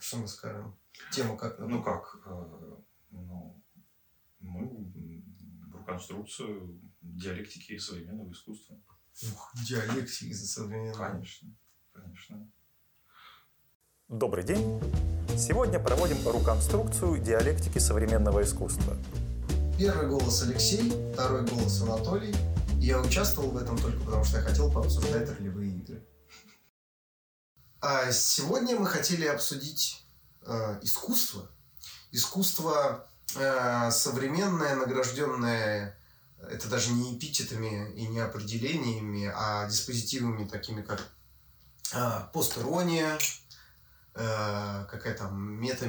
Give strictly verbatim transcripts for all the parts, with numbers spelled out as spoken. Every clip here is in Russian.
что мы скажем? Тему как? Ну как? Ну, мы в реконструкцию диалектики современного искусства. Ух, диалектики современного. Конечно, конечно. Добрый день! Сегодня проводим реконструкцию диалектики современного искусства. Первый голос Алексей, второй голос Анатолий. Я участвовал в этом только потому, что я хотел пообсуждать ролевые игры. А сегодня мы хотели обсудить э, искусство. Искусство э, современное, награжденное, это даже не эпитетами и не определениями, а диспозитивами такими, как э, постерония, э, какая там мета,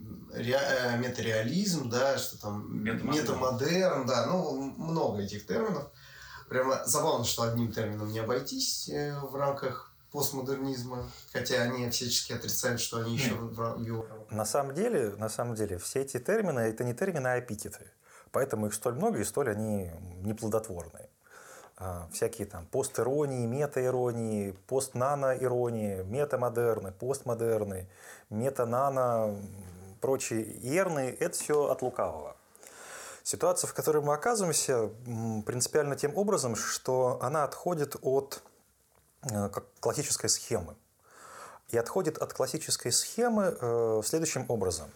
ре, метареализм, да, что там метамодерн. метамодерн, да, ну много этих терминов. Прямо забавно, что одним термином не обойтись э, в рамках постмодернизма, хотя они всячески отрицают, что они еще в его... На самом деле, на самом деле, все эти термины – это не термины, а эпитеты. Поэтому их столь много и столь они неплодотворные. А, всякие там постиронии, метаиронии, постнаноиронии, метамодерны, постмодерны, метанано, прочие иерны – это все от лукавого. Ситуация, в которой мы оказываемся, принципиально тем образом, что она отходит от классической схемы. И отходит от классической схемы э, следующим образом.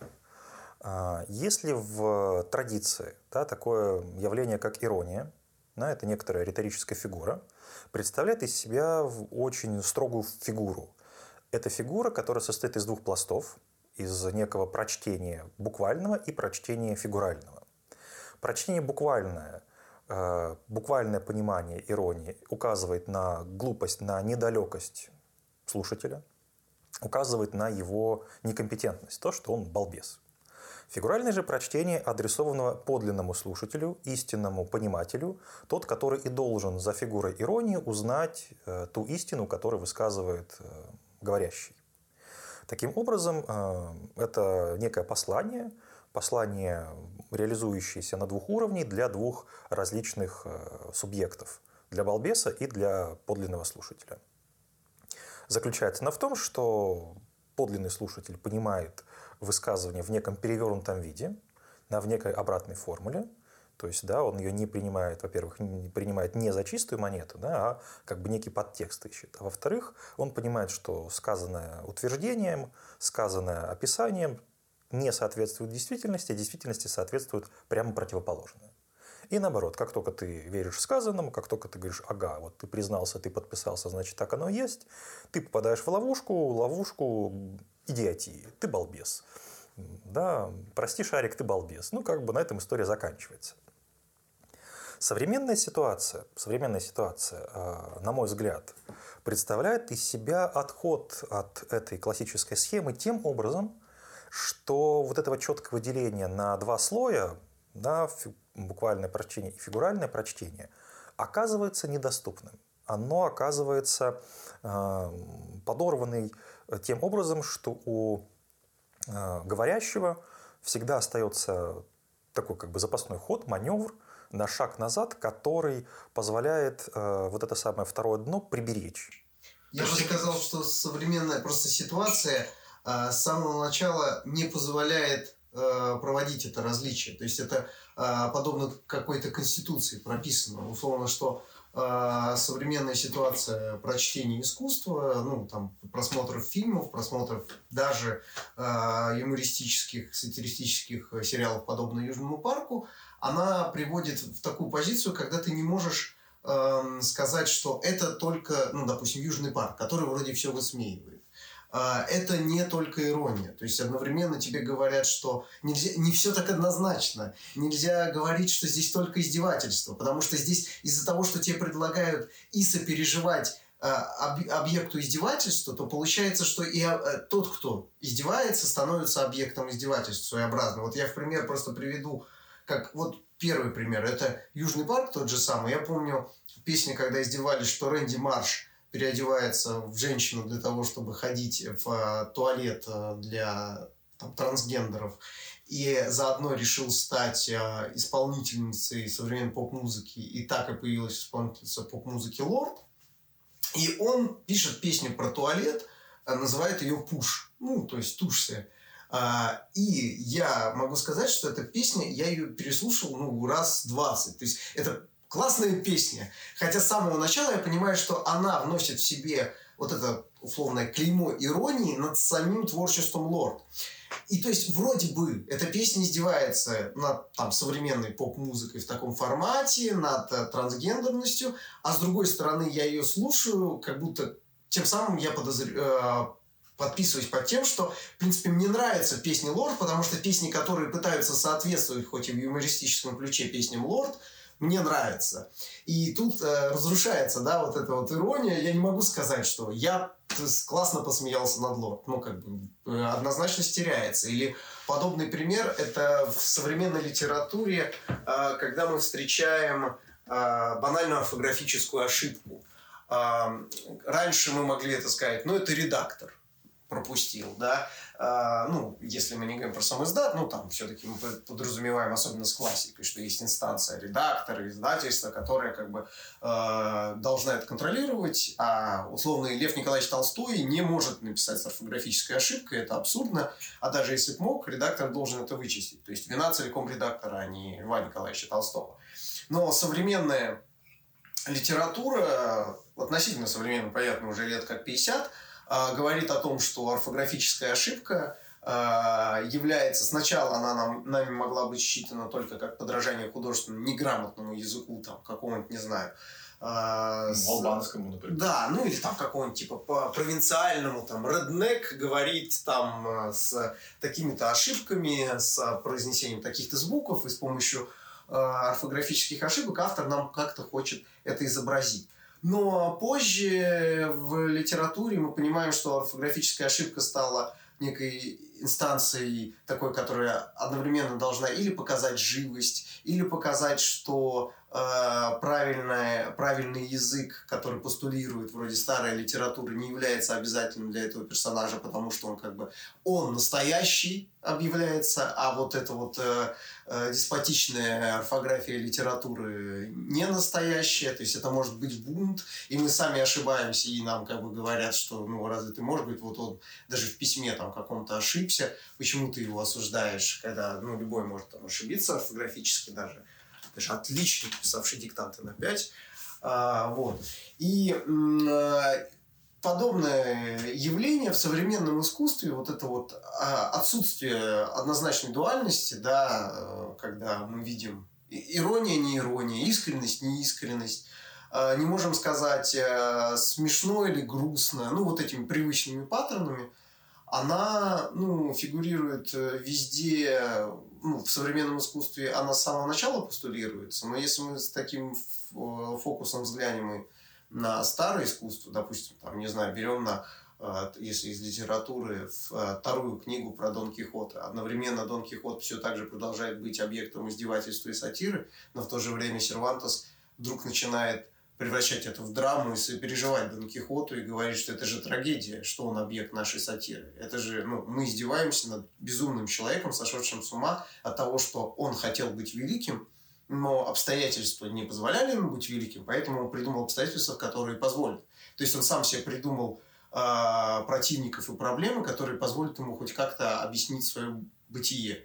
Э, если в традиции, да, такое явление, как ирония, да, это некоторая риторическая фигура, представляет из себя очень строгую фигуру. Это фигура, которая состоит из двух пластов, из некого прочтения буквального и прочтения фигурального. Прочтение буквальное, э, буквальное понимание иронии указывает на глупость, на недалекость слушателя, указывает на его некомпетентность, то, что он балбес. Фигуральное же прочтение адресованного подлинному слушателю, истинному понимателю, тот, который и должен за фигурой иронии узнать э, ту истину, которую высказывает э, говорящий. Таким образом, э, это некое послание, послание, реализующееся на двух уровнях для двух различных э, субъектов, для балбеса и для подлинного слушателя. Заключается она в том, что подлинный слушатель понимает высказывание в неком перевернутом виде, в некой обратной формуле. То есть, да, он ее не принимает, во-первых, не принимает не за чистую монету, да, а как бы некий подтекст ищет. А во-вторых, он понимает, что сказанное утверждением, сказанное описанием не соответствует действительности, а действительности соответствует прямо противоположное. И наоборот, как только ты веришь сказанному, как только ты говоришь, ага, вот ты признался, ты подписался, значит, так оно и есть, ты попадаешь в ловушку, ловушку идиотии, ты балбес. Да, прости, Шарик, ты балбес. Ну, как бы на этом история заканчивается. Современная ситуация, современная ситуация, на мой взгляд, представляет из себя отход от этой классической схемы тем образом, что вот этого четкого деления на два слоя, да, буквальное прочтение и фигуральное прочтение, оказывается недоступным. Оно оказывается э, подорванным тем образом, что у э, говорящего всегда остается такой как бы запасной ход, маневр на шаг назад, который позволяет э, вот это самое второе дно приберечь. Я бы сказал, что современная просто ситуация э, с самого начала не позволяет проводить это различие. То есть это э, подобно какой-то конституции прописано. Условно, что э, современная ситуация прочтения искусства, ну, там, просмотров фильмов, просмотров даже э, юмористических, сатиристических сериалов, подобно «Южному парку», она приводит в такую позицию, когда ты не можешь э, сказать, что это только, ну, допустим, «Южный парк», который вроде все высмеивает. Это не только ирония. То есть одновременно тебе говорят, что нельзя, не все так однозначно. Нельзя говорить, что здесь только издевательство. Потому что здесь из-за того, что тебе предлагают и сопереживать объекту издевательства, то получается, что и тот, кто издевается, становится объектом издевательства своеобразно. Вот я в пример просто приведу, как вот первый пример. Это «Южный парк» тот же самый. Я помню песни, когда издевались, что Рэнди Марш переодевается в женщину для того, чтобы ходить в туалет для там, трансгендеров, и заодно решил стать исполнительницей современной поп-музыки, и так и появилась исполнительница поп-музыки Лорд. И он пишет песню про туалет, называет ее «Пуш». ну, то есть тушься. А, и я могу сказать, что эта песня, я ее переслушал, ну, раз двадцать. То есть это классная песня. Хотя с самого начала я понимаю, что она вносит в себе вот это условное клеймо иронии над самим творчеством Лорд. И то есть вроде бы эта песня издевается над там, современной поп-музыкой в таком формате, над э, трансгендерностью, а с другой стороны я ее слушаю, как будто тем самым я подозреваю... подписываюсь под тем, что, в принципе, мне нравятся песни Лорд, потому что песни, которые пытаются соответствовать, хоть и в юмористическом ключе, песням Лорд, мне нравятся. И тут э, разрушается, да, вот эта вот ирония. Я не могу сказать, что я классно посмеялся над Лорд. Ну, как бы, э, однозначно теряется. Или подобный пример, это в современной литературе, э, когда мы встречаем э, банальную орфографическую ошибку. Э, раньше мы могли это сказать, ну, это редактор пропустил, да, а, ну, если мы не говорим про сам издат, ну, там все-таки мы подразумеваем, особенно с классикой, что есть инстанция редактора, издательства, которая как бы э, должна это контролировать, а условный Лев Николаевич Толстой не может написать с орфографической ошибкой, это абсурдно, а даже если бы мог, редактор должен это вычистить, то есть вина целиком редактора, а не Льва Николаевича Толстого. Но современная литература, относительно современная, понятно, уже лет как пятьдесят, говорит о том, что орфографическая ошибка э, является... Сначала она нам, нами могла быть считана только как подражание художественному неграмотному языку, там, какому-нибудь, не знаю... Э, с... албанскому, например. Да, ну или там какому-нибудь типа по провинциальному, там, реднек говорит там с такими-то ошибками, с произнесением таких-то звуков, и с помощью э, орфографических ошибок автор нам как-то хочет это изобразить. Но позже в литературе мы понимаем, что орфографическая ошибка стала некой инстанцией такой, которая одновременно должна или показать живость, или показать, что э, правильный, правильный язык, который постулирует вроде старой литературы, не является обязательным для этого персонажа, потому что он как бы он настоящий объявляется, а вот эта вот э, э, деспотичная орфография литературы не настоящая, то есть это может быть бунт, и мы сами ошибаемся, и нам как бы говорят, что ну разве ты можешь быть, вот он даже в письме там каком-то ошибся, почему ты его осуждаешь, когда ну любой может там ошибиться орфографически даже, даже отличник, писавший диктанты на пять, а, вот, и м- подобное явление в современном искусстве, вот это вот отсутствие однозначной дуальности, да, когда мы видим ирония, не ирония, искренность, не искренность, не можем сказать смешно или грустно, ну вот этими привычными паттернами, она ну, фигурирует везде, ну, в современном искусстве она с самого начала постулируется, но если мы с таким фокусом взглянем и на старое искусство, допустим, там, не знаю, берем на, если из литературы, вторую книгу про Дон Кихота. Одновременно Дон Кихот все так же продолжает быть объектом издевательства и сатиры, но в то же время Сервантес вдруг начинает превращать это в драму и сопереживать Дон Кихоту и говорить, что это же трагедия, что он объект нашей сатиры. Это же, ну, мы издеваемся над безумным человеком, сошедшим с ума от того, что он хотел быть великим, но обстоятельства не позволяли ему быть великим, поэтому он придумал обстоятельства, которые позволят. То есть он сам себе придумал э, противников и проблемы, которые позволят ему хоть как-то объяснить свое бытие.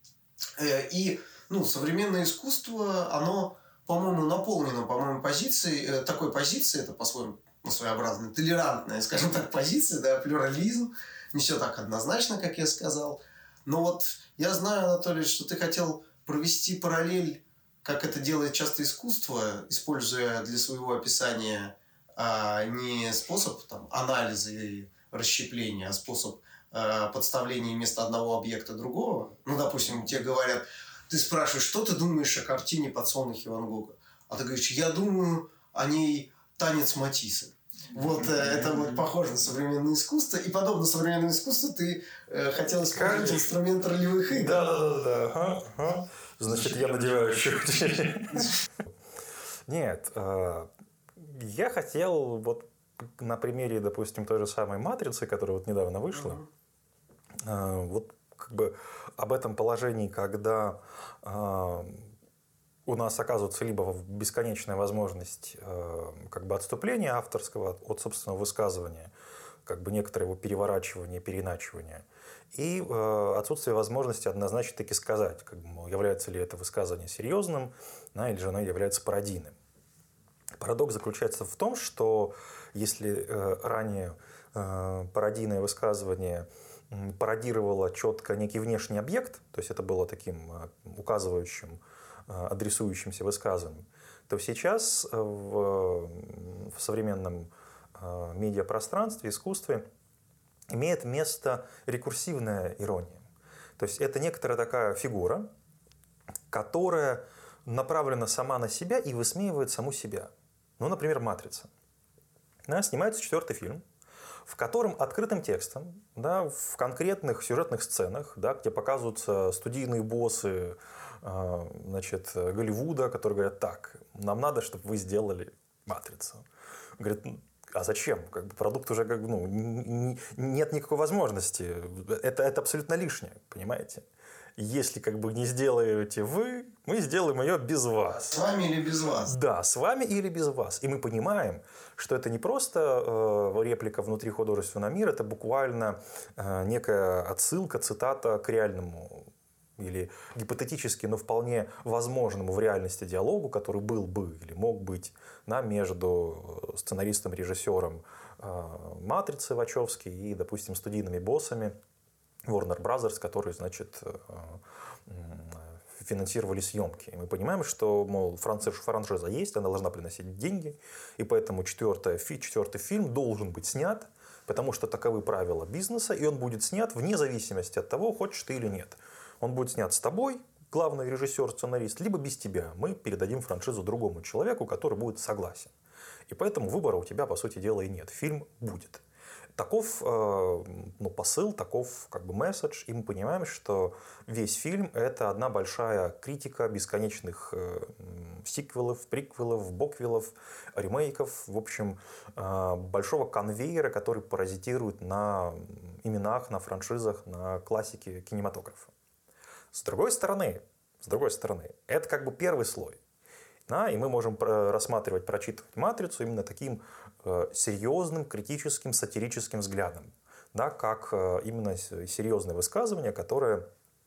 Э, и ну, современное искусство, оно, по-моему, наполнено, по-моему, позицией, э, такой позицией, это по-своему ну, своеобразная, толерантная, скажем так, позиция, да, плюрализм, не все так однозначно, как я сказал. Но вот я знаю, Анатолий, что ты хотел провести параллель, как это делает часто искусство, используя для своего описания а, не способ там, анализа и расщепления, а способ а, подставления вместо одного объекта другого. Ну, допустим, тебе говорят, ты спрашиваешь, что ты думаешь о картине «Подсолнухи» Ван Гога? А ты говоришь, я думаю о ней «Танец Матисса». Вот это вот похоже на современное искусство. И подобно современному искусству ты э, хотел использовать инструмент ролевых игр. Да-да-да. Ага, ага. Значит, я надеваю щеки. Нет, я хотел вот на примере, допустим, той же самой «Матрицы», которая вот недавно вышла, вот как бы об этом положении, когда у нас оказывается либо бесконечная возможность как бы отступления авторского от собственного высказывания, как бы некоторое его переворачивание, переиначивание, и э, отсутствие возможности однозначно таки сказать, как бы, мол, является ли это высказывание серьезным, да, или же оно является пародийным. Парадокс заключается в том, что если э, ранее э, пародийное высказывание пародировало четко некий внешний объект, то есть это было таким э, указывающим, э, адресующимся высказыванием, то сейчас в, в современном э, медиапространстве, искусстве имеет место рекурсивная ирония. То есть это некоторая такая фигура, которая направлена сама на себя и высмеивает саму себя. Ну, например, «Матрица». Да, снимается четвертый фильм, в котором открытым текстом, да, в конкретных сюжетных сценах, да, где показываются студийные боссы э, значит, Голливуда, которые говорят: так, нам надо, чтобы вы сделали «Матрицу». Говорят: а зачем? Как бы продукт уже как бы, ну, нет никакой возможности. Это, это абсолютно лишнее, понимаете? Если как бы не сделаете вы, мы сделаем ее без вас. С вами или без вас? Да, с вами или без вас. И мы понимаем, что это не просто э, реплика внутри художественного мира, это буквально э, некая отсылка, цитата к реальному или гипотетически, но вполне возможному в реальности диалогу, который был бы или мог быть, да, между сценаристом, режиссером э, «Матрицы» Вачовски и, допустим, студийными боссами Warner Brothers, которые, значит, финансировали съемки. И мы понимаем, что, мол, франшиза есть, она должна приносить деньги, и поэтому четвертый, четвертый фильм должен быть снят, потому что таковы правила бизнеса, и он будет снят вне зависимости от того, хочешь ты или нет. Он будет снят с тобой, главный режиссер, сценарист, либо без тебя. Мы передадим франшизу другому человеку, который будет согласен. И поэтому выбора у тебя, по сути дела, и нет. Фильм будет. Таков э, ну, посыл, таков как бы месседж, и мы понимаем, что весь фильм – это одна большая критика бесконечных э, сиквелов, приквелов, боквелов, ремейков, в общем, э, большого конвейера, который паразитирует на именах, на франшизах, на классике кинематографа. С другой стороны, с другой стороны, это как бы первый слой. Да, и мы можем рассматривать, прочитывать «Матрицу» именно таким э, серьезным, критическим, сатирическим взглядом. Да, как э, именно серьезное высказывание, которое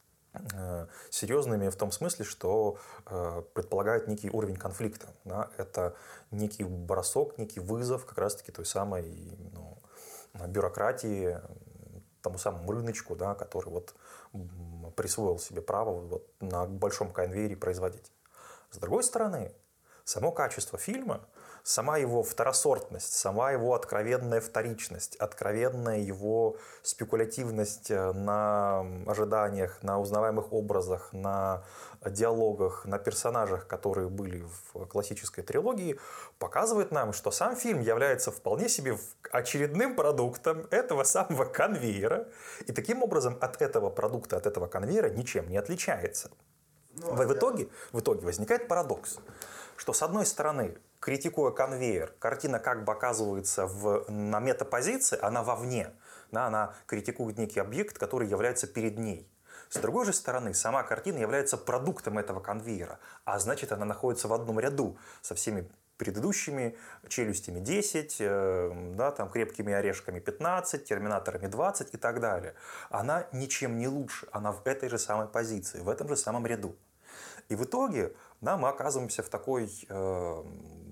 э, серьезными в том смысле, что э, предполагает некий уровень конфликта. Да, это некий бросок, некий вызов как раз-таки той самой, ну, бюрократии, тому самому рыночку, да, который вот присвоил себе право вот на большом конвейере производить. С другой стороны, само качество фильма, сама его второсортность, сама его откровенная вторичность, откровенная его спекулятивность на ожиданиях, на узнаваемых образах, на диалогах, на персонажах, которые были в классической трилогии, показывает нам, что сам фильм является вполне себе очередным продуктом этого самого конвейера, и таким образом от этого продукта, от этого конвейера ничем не отличается. Ну, в, итоге, в итоге возникает парадокс, что с одной стороны, критикуя конвейер, картина как бы оказывается в, на метапозиции, она вовне, да, она критикует некий объект, который является перед ней. С другой же стороны, сама картина является продуктом этого конвейера, а значит, она находится в одном ряду со всеми предыдущими «Челюстями десять», э, да, там, «Крепкими орешками пятнадцать», «Терминаторами двадцать» и так далее. Она ничем не лучше, она в этой же самой позиции, в этом же самом ряду. И в итоге, да, мы оказываемся в такой э,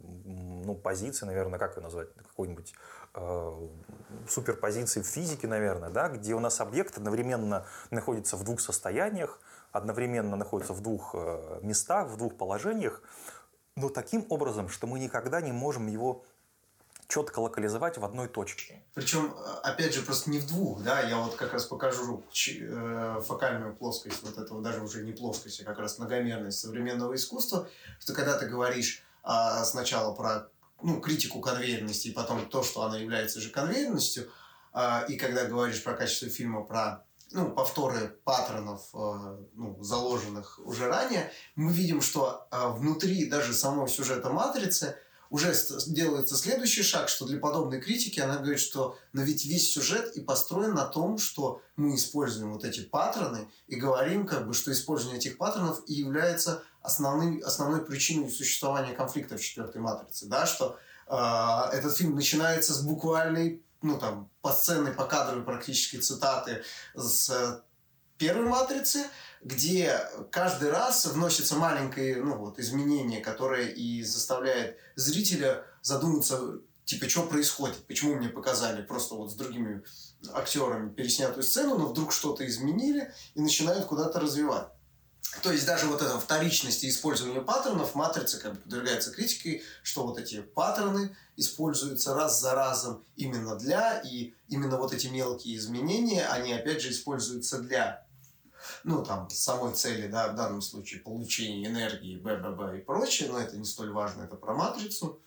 ну, позиции, наверное, как ее назвать, какой-нибудь э, суперпозиции в физике, наверное, да, где у нас объект одновременно находится в двух состояниях, одновременно находится в двух э, местах, в двух положениях, но таким образом, что мы никогда не можем его четко локализовать в одной точке. Причем, опять же, просто не в двух, да, я вот как раз покажу фокальную плоскость вот этого, даже уже не плоскость, а как раз многомерность современного искусства, что когда ты говоришь а, сначала про, ну, критику конвейерности и потом то, что она является же конвейерностью, а, и когда говоришь про качество фильма, про, ну, повторы паттернов, а, ну, заложенных уже ранее, мы видим, что а, внутри даже самого сюжета «Матрицы» уже делается следующий шаг, что для подобной критики она говорит, что но ведь весь сюжет и построен на том, что мы используем вот эти паттерны и говорим, как бы, что использование этих паттернов и является основным, основной причиной существования конфликта в четвертой «Матрице». Да? Что э, этот фильм начинается с буквальной ну, там, посценные, покадровые практически цитаты с первой «Матрицы», где каждый раз вносится маленькое, ну, вот, изменение, которое и заставляет зрителя задуматься, типа, что происходит, почему мне показали просто вот с другими актерами переснятую сцену, но вдруг что-то изменили и начинают куда-то развивать. То есть даже вот эта вторичность и использование паттернов «Матрица» как бы подвергается критике, что вот эти паттерны используются раз за разом именно для, и именно вот эти мелкие изменения, они опять же используются для, ну, там, самой цели, да, в данном случае получения энергии, б-б-б и прочее, но это не столь важно, это про «Матрицу».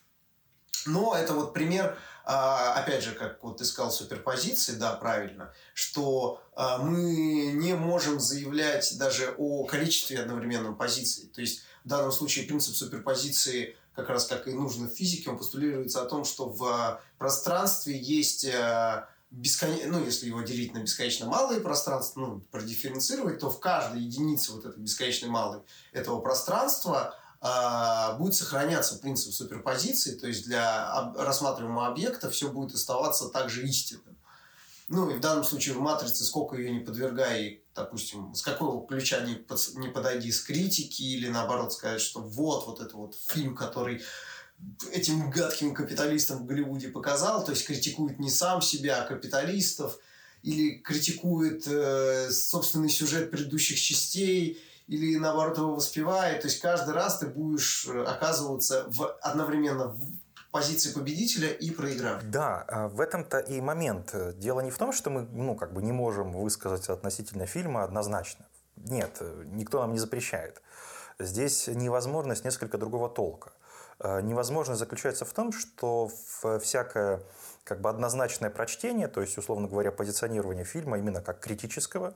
Но это вот пример, опять же, как вот ты сказал, суперпозиции, да, правильно, что мы не можем заявлять даже о количестве одновременных позиций. То есть в данном случае принцип суперпозиции, как раз как и нужно в физике, он постулируется о том, что в пространстве есть бесконечно, ну, если его делить на бесконечно малые пространства, ну, продифференцировать, то в каждой единице вот этой бесконечно малой этого пространства будет сохраняться принцип суперпозиции, то есть для рассматриваемого объекта все будет оставаться также истинным. Ну и в данном случае в «Матрице» сколько ее не подвергай, допустим, с какого ключа не, под, не подойди с критики, или наоборот сказать, что вот, вот это вот фильм, который этим гадким капиталистам в Голливуде показал, то есть критикует не сам себя, а капиталистов, или критикует э, собственный сюжет предыдущих частей, или наоборот его воспевает. То есть каждый раз ты будешь оказываться в, одновременно в позиции победителя и проигравшего. Да, в этом-то и момент. Дело не в том, что мы, ну, как бы не можем высказать относительно фильма однозначно. Нет, никто нам не запрещает. Здесь невозможность несколько другого толка. Невозможность заключается в том, что всякое как бы однозначное прочтение, то есть, условно говоря, позиционирование фильма именно как критического,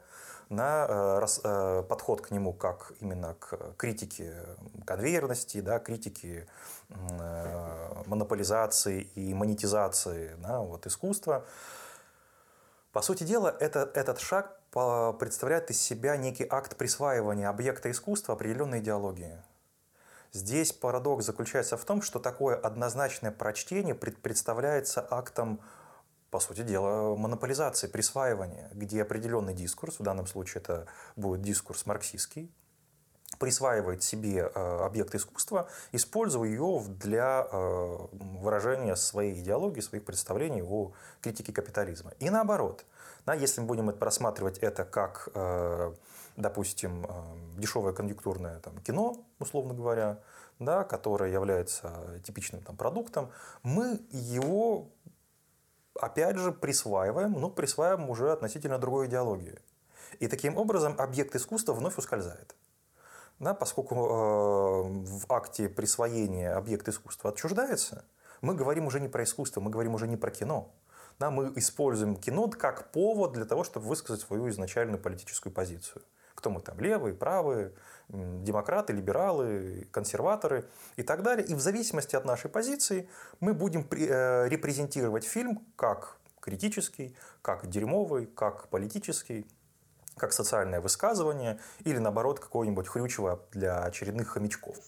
на подход к нему как именно к критике конвейерности, да, критике монополизации и монетизации, да, вот, искусства. По сути дела, это, этот шаг представляет из себя некий акт присваивания объекта искусства определенной идеологии. Здесь парадокс заключается в том, что такое однозначное прочтение представляется актом, по сути дела, монополизации, присваивания, где определенный дискурс, в данном случае это будет дискурс марксистский, присваивает себе объект искусства, используя его для выражения своей идеологии, своих представлений о критике капитализма. И наоборот, да, если мы будем рассматривать это как, допустим, дешевое конъюнктурное там, кино, условно говоря, да, которое является типичным там, продуктом, мы его опять же присваиваем, но присваиваем уже относительно другой идеологии. И таким образом объект искусства вновь ускользает. Да, поскольку э, в акте присвоения объект искусства отчуждается, мы говорим уже не про искусство, мы говорим уже не про кино. Да, мы используем кино как повод для того, чтобы высказать свою изначальную политическую позицию. Кто мы там, левые, правые, демократы, либералы, консерваторы и так далее. И в зависимости от нашей позиции мы будем репрезентировать фильм как критический, как дерьмовый, как политический, как социальное высказывание или, наоборот, какое-нибудь хрючево для очередных хомячков.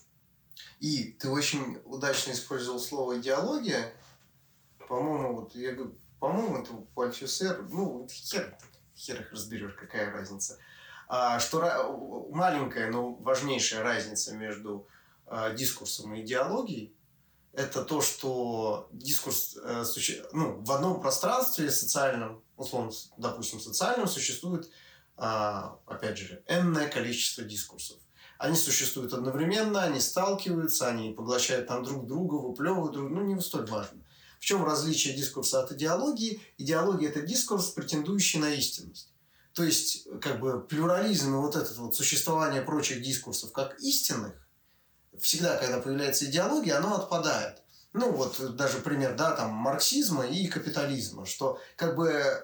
И ты очень удачно использовал слово «идеология». По-моему, вот я говорю, по-моему, это Альтюсер, ну, хер, хер их разберешь, какая разница. А, что маленькая, но важнейшая разница между а, дискурсом и идеологией – это то, что дискурс а, суще... ну, в одном пространстве социальном, условно, допустим, социальном, существует, а, опять же, энное количество дискурсов. Они существуют одновременно, они сталкиваются, они поглощают там друг друга, выплевывают друг друга, ну, не столь важно. В чем различие дискурса от идеологии? Идеология – это дискурс, претендующий на истинность. То есть, как бы, плюрализм и вот это вот существование прочих дискурсов как истинных, всегда, когда появляется идеология, оно отпадает. Ну, вот даже пример, да, там, марксизма и капитализма, что, как бы, э,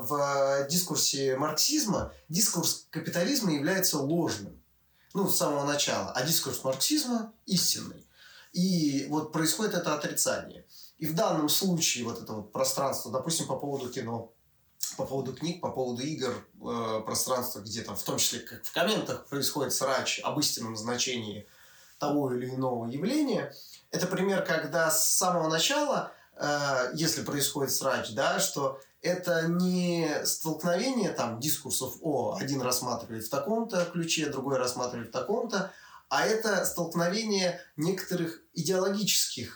в дискурсе марксизма дискурс капитализма является ложным, ну, с самого начала, а дискурс марксизма истинный. И вот происходит это отрицание. И в данном случае вот это вот пространство, допустим, по поводу кино, по поводу книг, по поводу игр, э, пространство, где там, в том числе, как в комментах, происходит срач об истинном значении того или иного явления. Это пример, когда с самого начала э, если происходит срач, да, что это не столкновение там дискурсов, о, один рассматривает в таком-то ключе, другой рассматривает в таком-то, а это столкновение некоторых идеологических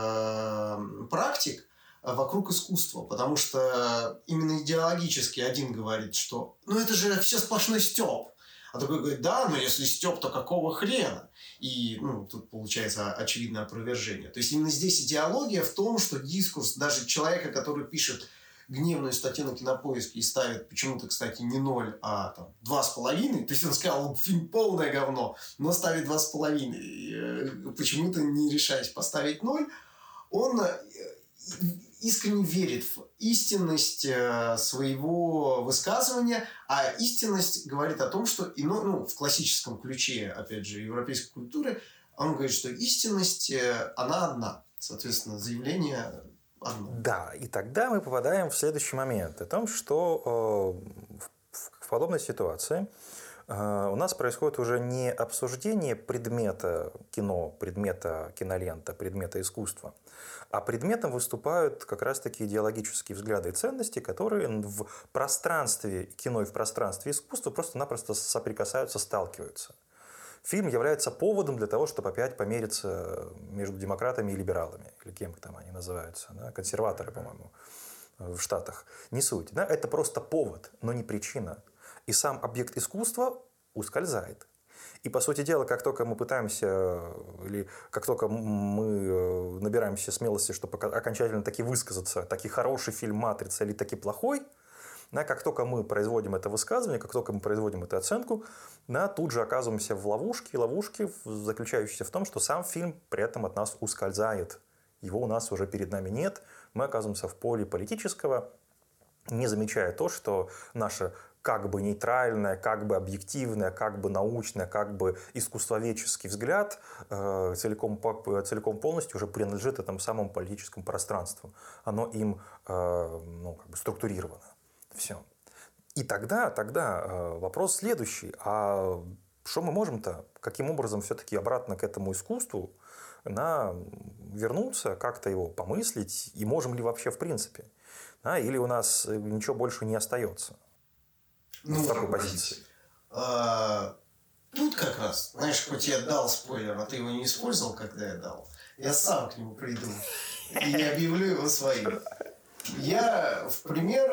э, практик вокруг искусства, потому что именно идеологически один говорит, что ну это же все сплошной стёб, а другой говорит, да, но если стёб, то какого хрена? И ну, тут получается очевидное опровержение. То есть именно здесь идеология в том, что дискурс даже человека, который пишет гневную статью на Кинопоиске и ставит почему-то, кстати, не ноль, а там два с половиной, то есть он сказал, фильм полное говно, но ставит два с половиной, почему-то не решаясь поставить ноль, он искренне верит в истинность своего высказывания, а истинность говорит о том, что ино, ну, в классическом ключе, опять же, европейской культуры, он говорит, что истинность, она одна. Соответственно, заявление одно. Да, и тогда мы попадаем в следующий момент о том, что э, в, в подобной ситуации э, у нас происходит уже не обсуждение предмета кино, предмета кинолента, предмета искусства, а предметом выступают как раз-таки идеологические взгляды и ценности, которые в пространстве кино и в пространстве искусства просто-напросто соприкасаются, сталкиваются. Фильм является поводом для того, чтобы опять помериться между демократами и либералами, или кем там они называются, да? Консерваторы, по-моему, в Штатах. Не суть. Да? Это просто повод, но не причина. И сам объект искусства ускользает. И, по сути дела, как только мы пытаемся, или как только мы набираемся смелости, чтобы окончательно таки высказаться, таки хороший фильм «Матрица» или таки плохой, да, как только мы производим это высказывание, как только мы производим эту оценку, да, тут же оказываемся в ловушке, ловушке, заключающейся в том, что сам фильм при этом от нас ускользает. Его у нас уже перед нами нет. Мы оказываемся в поле политического, не замечая то, что наше как бы нейтральное, как бы объективное, как бы научное, как бы искусствоведческий взгляд э, целиком, целиком полностью уже принадлежит этому самому политическому пространству. Оно им э, ну, как бы структурировано. Все. И тогда, тогда э, вопрос следующий. А что мы можем-то? Каким образом все-таки обратно к этому искусству на, вернуться, как-то его помыслить? И можем ли вообще в принципе? А, или у нас ничего больше не остается? Ну, в такой позиции. А, тут как раз, знаешь, хоть я дал спойлер, а ты его не использовал, когда я дал, я сам к нему приду и объявлю его своим. Я в пример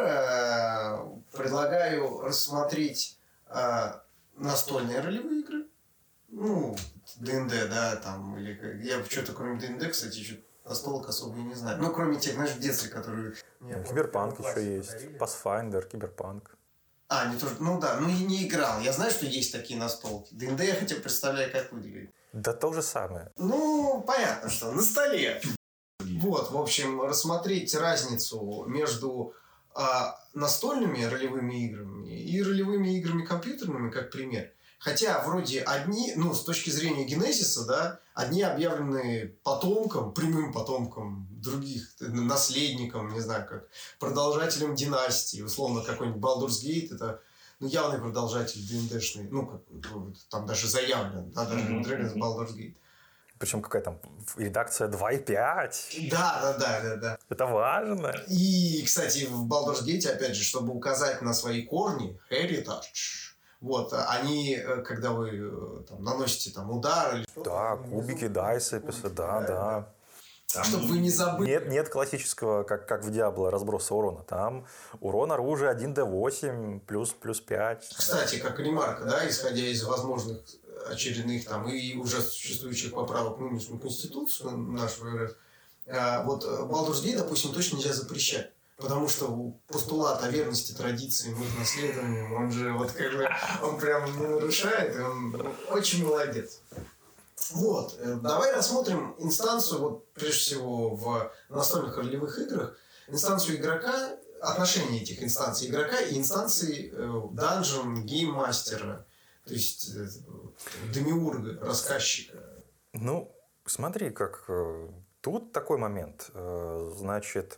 предлагаю рассмотреть настольные ролевые игры. Ну, ДНД, да, там, или я что-то кроме ДНД, кстати, что-то настолок особо и не знаю. Ну, кроме тех, знаешь, в детстве, которые... Киберпанк еще есть, Pathfinder, Киберпанк. А, не тоже, ну да, ну и не играл. Я знаю, что есть такие настолки. ДНД я хотя бы представляю, как выглядит. Да то же самое. Ну, понятно, что на столе. Вот, в общем, рассмотреть разницу между а, настольными ролевыми играми и ролевыми играми компьютерными, как пример. Хотя вроде одни, ну, с точки зрения генезиса, да, одни объявлены потомком, прямым потомком других, наследником, не знаю, как продолжателем династии. Условно, какой-нибудь Baldur's Gate, это ну, явный продолжатель ДНДшный, ну, как, там даже заявлен, да, даже mm-hmm. Dragon's Baldur's Gate. Причем какая там редакция два и пять. Да, да, да, да, да. Это важно. И, кстати, в Baldur's Gate, опять же, чтобы указать на свои корни, heritage, вот, они, когда вы там, наносите там удар или что-то... Да, кубики, дайсы, да, да. да. Там... Чтобы вы не забыли. Нет, нет классического, как, как в Диабло, разброса урона. Там урон оружия один дэ восемь плюс, плюс пять. Кстати, как ремарка, да, исходя из возможных очередных там и уже существующих поправок в нынешнюю конституцию нашего РФ, вот Baldur's Gate, допустим, точно нельзя запрещать. Потому что постулат о верности традиции, их наследованию, он же вот как бы, он прям не нарушает, и он очень молодец. Вот, давай рассмотрим инстанцию, вот прежде всего в настольных ролевых играх, инстанцию игрока, отношения этих инстанций игрока и инстанции данжен, гейммастера, то есть демиурга, рассказчика. Ну, смотри, как тут такой момент, значит...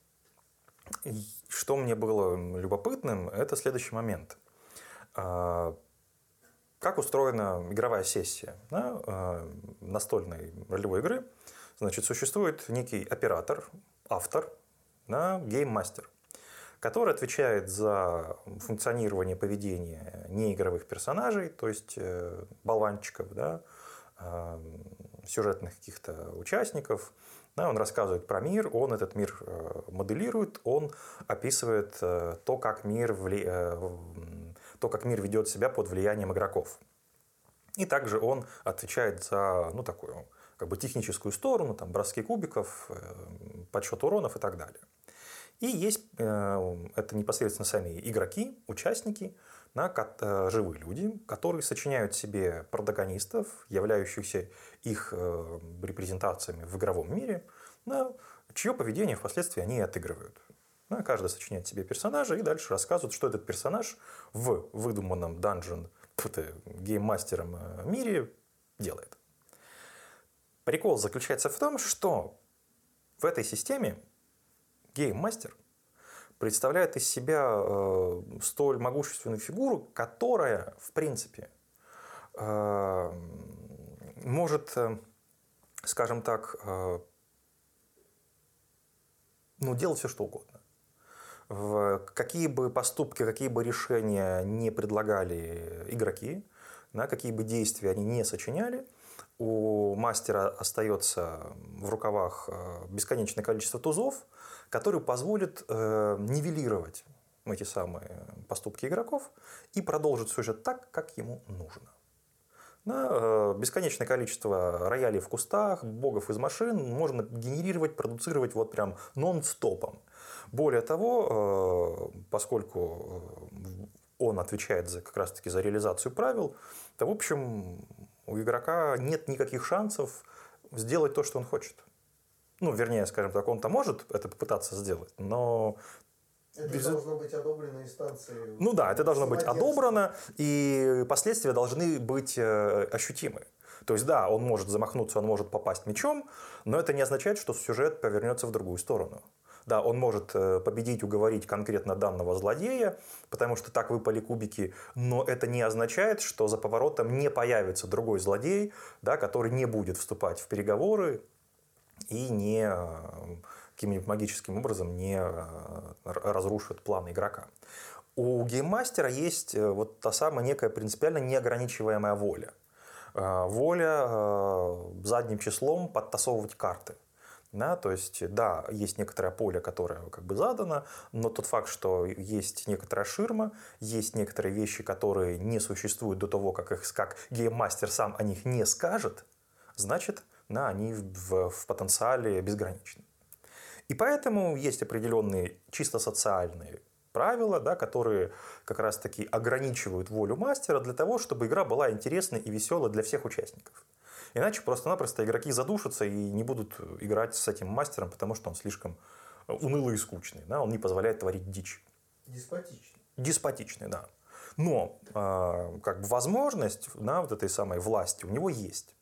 Что мне было любопытным, это следующий момент. Как устроена игровая сессия, да, настольной ролевой игры? Значит, существует некий оператор, автор, да, гейммастер, который отвечает за функционирование поведения неигровых персонажей, то есть э, болванчиков, да, э, сюжетных каких-то участников. Да, он рассказывает про мир, он этот мир э, моделирует, он описывает э, то, как мир вли... э, то, как мир ведет себя под влиянием игроков. И также он отвечает за, ну, такую как бы техническую сторону, там, броски кубиков, э, подсчет уронов и так далее. И есть э, это непосредственно сами игроки, участники, да, э, живые люди, которые сочиняют себе протагонистов, являющихся их э, репрезентациями в игровом мире, да, чье поведение впоследствии они отыгрывают. Да, каждый сочиняет себе персонажа и дальше рассказывает, что этот персонаж в выдуманном данжен гейммастером мире делает. Прикол заключается в том, что в этой системе гейммастер представляет из себя э, столь могущественную фигуру, которая, в принципе, э, может, э, скажем так, э, ну, делать все, что угодно. В какие бы поступки, какие бы решения не предлагали игроки, да, какие бы действия они не сочиняли, у мастера остается в рукавах бесконечное количество тузов, которые позволят э, нивелировать эти самые поступки игроков и продолжить сюжет так, как ему нужно. Да, э, бесконечное количество роялей в кустах, богов из машин можно генерировать, продуцировать вот прям нон-стопом. Более того, э, поскольку он отвечает за, как раз-таки за реализацию правил, то, в общем, у игрока нет никаких шансов сделать то, что он хочет. Ну, вернее, скажем так, он-то может это попытаться сделать, но... Это без... должно быть одобрено инстанцией. Ну да, это должно быть одобрено, и последствия должны быть ощутимы. То есть, да, он может замахнуться, он может попасть мечом, но это не означает, что сюжет повернется в другую сторону. Да, он может победить, уговорить конкретно данного злодея, потому что так выпали кубики, но это не означает, что за поворотом не появится другой злодей, да, который не будет вступать в переговоры и не каким-нибудь магическим образом не разрушит планы игрока. У гейммастера есть вот та самая некая принципиально неограничиваемая воля. Воля задним числом подтасовывать карты. Да, то есть, да, есть некоторое поле, которое как бы задано, но тот факт, что есть некоторая ширма, есть некоторые вещи, которые не существуют до того, как, их, как гейммастер сам о них не скажет, значит, да, они в, в потенциале безграничны. И поэтому есть определенные чисто социальные правила, да, которые как раз-таки ограничивают волю мастера для того, чтобы игра была интересной и веселой для всех участников. Иначе просто-напросто игроки задушатся и не будут играть с этим мастером, потому что он слишком унылый и скучный. Да? Он не позволяет творить дичь. Деспотичный. Деспотичный, да. Но э, как бы возможность, да, вот этой самой власти у него есть.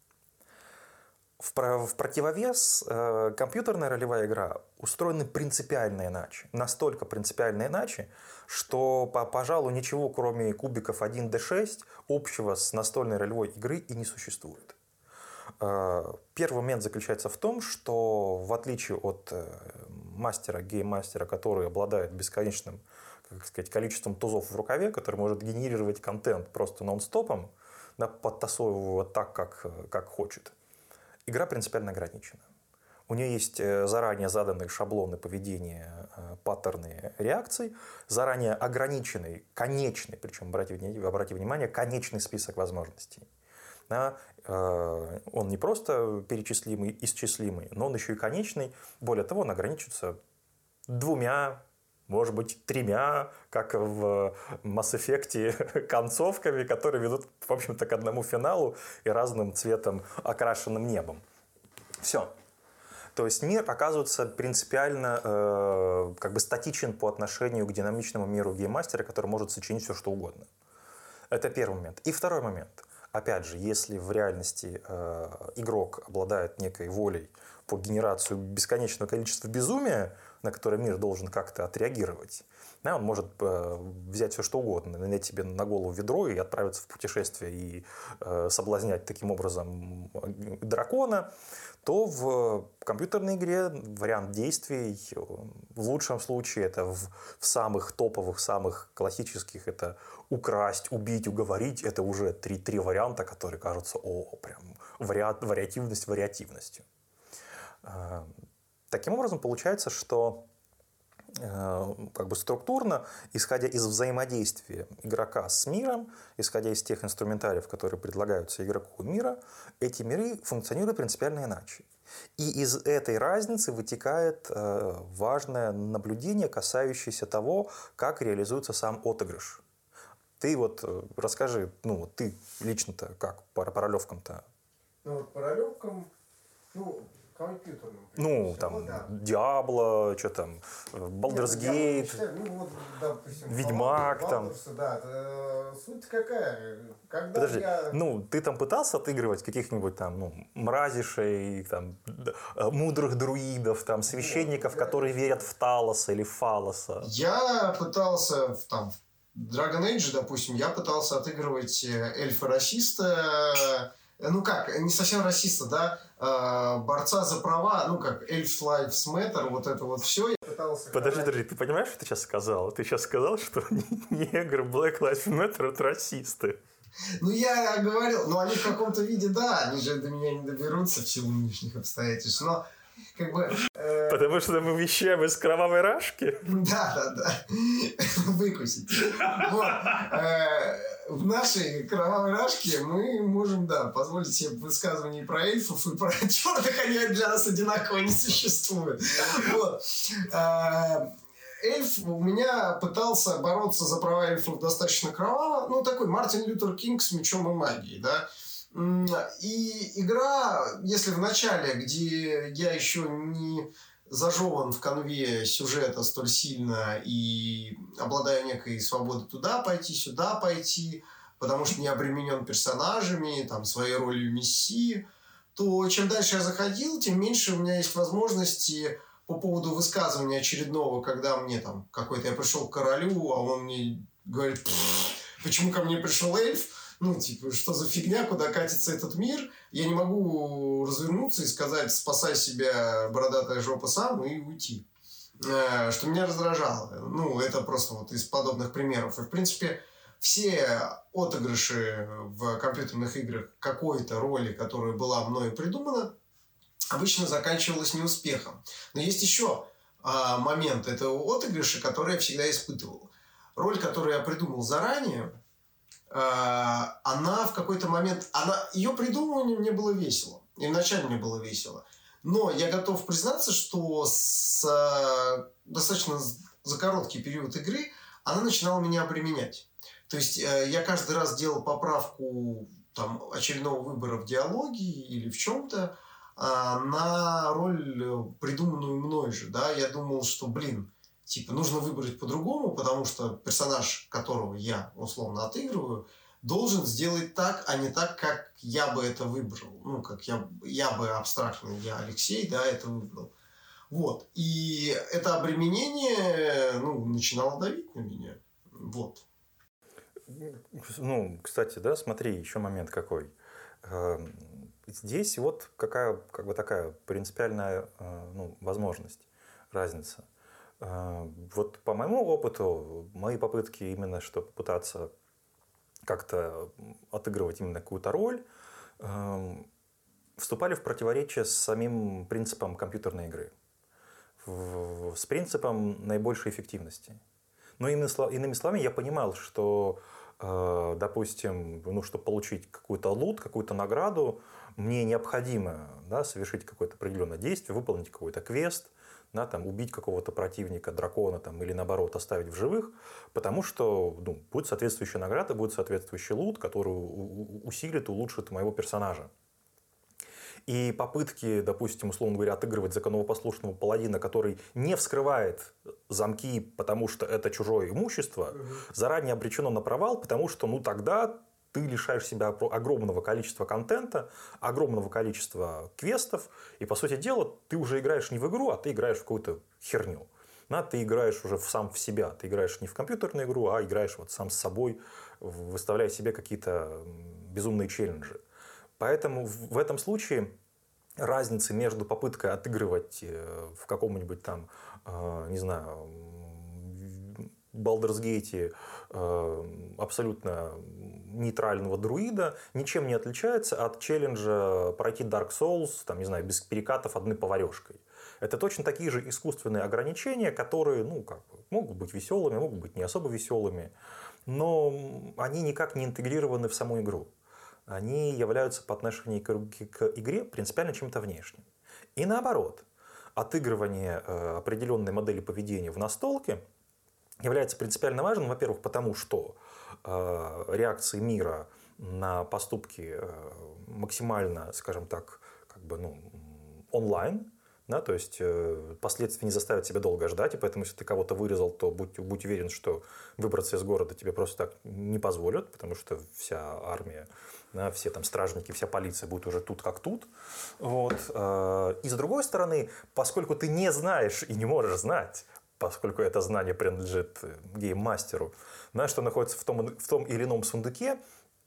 В, в противовес э, компьютерная ролевая игра устроена принципиально иначе. Настолько принципиально иначе, что, по, пожалуй, ничего, кроме кубиков один дэ шесть, общего с настольной ролевой игры и не существует. Первый момент заключается в том, что в отличие от мастера, гейммастера, который обладает бесконечным, как сказать, количеством тузов в рукаве, который может генерировать контент просто нон-стопом, да, подтасовывая так, как, как хочет, игра принципиально ограничена. У нее есть заранее заданные шаблоны поведения, паттерны реакций, заранее ограниченный, конечный, причем, обратите, обратите внимание, конечный список возможностей. Да, э, он не просто перечислимый, исчислимый, но он еще и конечный. Более того, он ограничивается двумя, может быть, тремя, как в Mass Effect, концовками, которые ведут, в общем-то, к одному финалу и разным цветом окрашенным небом. Все. То есть мир оказывается принципиально э, как бы статичен по отношению к динамичному миру гейммастера, который может сочинить все, что угодно. Это первый момент. И второй момент. Опять же, если в реальности э, игрок обладает некой волей, по генерацию бесконечного количества безумия, на которое мир должен как-то отреагировать. Да, он может э, взять все что угодно, нанять себе на голову ведро и отправиться в путешествие и э, соблазнять таким образом дракона, то в компьютерной игре вариант действий в лучшем случае это в, в самых топовых, самых классических это украсть, убить, уговорить. Это уже три, три варианта, которые кажутся о, прям вариат, вариативность вариативностью. Э, таким образом получается, что как бы структурно, исходя из взаимодействия игрока с миром, исходя из тех инструментариев, которые предлагаются игроку мира, эти миры функционируют принципиально иначе. И из этой разницы вытекает важное наблюдение, касающееся того, как реализуется сам отыгрыш. Ты вот расскажи, ну вот ты лично-то как по ролевкам-то? Ну вот по ролевкам, ну... компьютерным. Ну, там, да. Диабло, что там, Baldur's Gate, ну, вот, допустим, Ведьмак Fallout, там. Baldur's, да. Это, суть какая? Когда Подожди, я... ну, ты там пытался отыгрывать каких-нибудь там, ну, мразишей, там, мудрых друидов, там, священников, вот, я... которые верят в Талоса или в Фалоса? Я пытался, там, в Dragon Age, допустим, я пытался отыгрывать эльфа-расиста, ну как, не совсем расиста, да, э, борца за права, ну как, Elf Lives Matter, вот это вот все. Я пытался... Подожди, подожди, ты понимаешь, что ты сейчас сказал? Ты сейчас сказал, что негры Black Lives Matter – это расисты. Ну, я говорил, ну, они в каком-то виде, да, они же до меня не доберутся в силу нынешних обстоятельств, но как бы... Э... Потому что мы вещаем из кровавой рашки? Да, да, да. Выкусить. Вот. В нашей кровавой рашке мы можем, да, позволить себе высказывания про эльфов и про черных, они для нас одинаково не существуют. Вот. Эльф у меня пытался бороться за права эльфов достаточно кроваво. Ну, такой Мартин Лютер Кинг с мечом и магией, да. И игра, если в начале, где я еще не зажеван в конве сюжета столь сильно и обладаю некой свободой туда пойти, сюда пойти, потому что не обременен персонажами, там, своей ролью мессии, то чем дальше я заходил, тем меньше у меня есть возможности по поводу высказывания очередного, когда мне там какой-то, я пришел к королю, а он мне говорит, почему ко мне пришел эльф? Ну, типа, что за фигня, куда катится этот мир? Я не могу развернуться и сказать, спасай себя, бородатая жопа, сам, и уйти. Э, что меня раздражало. Ну, это просто вот из подобных примеров. И, в принципе, все отыгрыши в компьютерных играх какой-то роли, которая была мною придумана, обычно заканчивалась неуспехом. Но есть еще а, момент этого отыгрыша, который я всегда испытывал. Роль, которую я придумал заранее, она в какой-то момент... Она, ее придумывание мне было весело. И вначале мне было весело. Но я готов признаться, что с, достаточно за короткий период игры она начинала меня обременять. То есть я каждый раз делал поправку там, очередного выбора в диалоге или в чем-то на роль, придуманную мной же. Да? Я думал, что, блин, типа, нужно выбрать по-другому, потому что персонаж, которого я условно отыгрываю, должен сделать так, а не так, как я бы это выбрал. Ну, как я, я бы абстрактно, я Алексей, да, это выбрал. Вот. И это обременение, ну, начинало давить на меня. Вот. Ну, кстати, да, смотри, еще момент какой. Здесь вот какая, как бы такая принципиальная, ну, возможность, разница. Вот по моему опыту, мои попытки именно, что попытаться как-то отыгрывать именно какую-то роль, вступали в противоречие с самим принципом компьютерной игры, с принципом наибольшей эффективности. Но иными словами, я понимал, что, допустим, ну, чтобы получить какую-то лут, какую-то награду, мне необходимо, да, совершить какое-то определенное действие, выполнить какой-то квест, да, там, убить какого-то противника, дракона там, или наоборот оставить в живых, потому что ну, будет соответствующая награда, будет соответствующий лут, который усилит, улучшит моего персонажа. И попытки, допустим, условно говоря, отыгрывать законопослушного паладина, который не вскрывает замки, потому что это чужое имущество, заранее обречено на провал, потому что ну, тогда ты ты лишаешь себя огромного количества контента, огромного количества квестов, и, по сути дела, ты уже играешь не в игру, а ты играешь в какую-то херню. Да, ты играешь уже сам в себя, ты играешь не в компьютерную игру, а играешь вот сам с собой, выставляя себе какие-то безумные челленджи. Поэтому в этом случае разницы между попыткой отыгрывать в каком-нибудь там, не знаю, Baldur's Gate абсолютно нейтрального друида ничем не отличается от челленджа пройти Dark Souls, там, не знаю, без перекатов одной поварешкой. Это точно такие же искусственные ограничения, которые, ну, как бы, могут быть веселыми, могут быть не особо веселыми, но они никак не интегрированы в саму игру. Они являются по отношению к игре принципиально чем-то внешним. И наоборот, отыгрывание определенной модели поведения в настолке является принципиально важным, во-первых, потому что реакции мира на поступки максимально, скажем так, как бы, ну, онлайн. Да, то есть э, последствия не заставят тебя долго ждать, и поэтому, если ты кого-то вырезал, то будь, будь уверен, что выбраться из города тебе просто так не позволят, потому что вся армия, да, все там стражники, вся полиция будет уже тут как тут. Вот. И с другой стороны, поскольку ты не знаешь и не можешь знать, поскольку это знание принадлежит гейммастеру, да, что находится в том, в том или ином сундуке,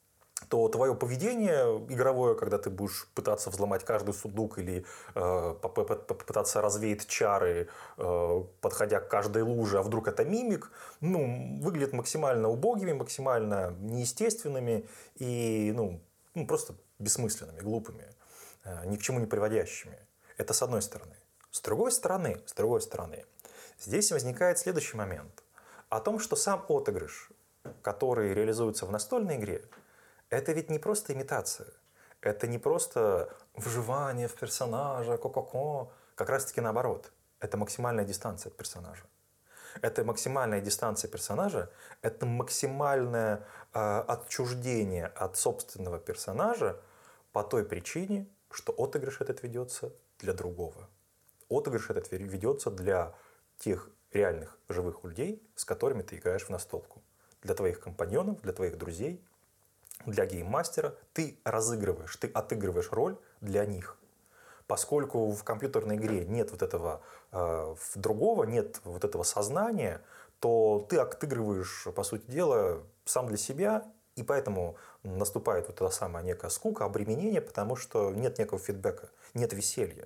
то твое поведение игровое, когда ты будешь пытаться взломать каждый сундук или э, попытаться развеять чары, э, подходя к каждой луже, а вдруг это мимик, ну, выглядит максимально убогими, максимально неестественными и, ну, ну, просто бессмысленными, глупыми, э, ни к чему не приводящими. Это с одной стороны. С другой стороны, с другой стороны, здесь возникает следующий момент. О том, что сам отыгрыш, который реализуется в настольной игре, это ведь не просто имитация. Это не просто вживание в персонажа, ко-ко-ко. Как раз-таки наоборот. Это максимальная дистанция от персонажа. Это максимальная дистанция персонажа, это максимальное э, отчуждение от собственного персонажа по той причине, что отыгрыш этот ведется для другого. Отыгрыш этот ведется для тех реальных живых людей, с которыми ты играешь в настолку. Для твоих компаньонов, для твоих друзей, для гейммастера. Ты разыгрываешь, ты отыгрываешь роль для них. Поскольку в компьютерной игре нет вот этого э, другого, нет вот этого сознания, то ты отыгрываешь, по сути дела, сам для себя, и поэтому наступает вот эта самая некая скука, обременение, потому что нет некого фидбэка, нет веселья,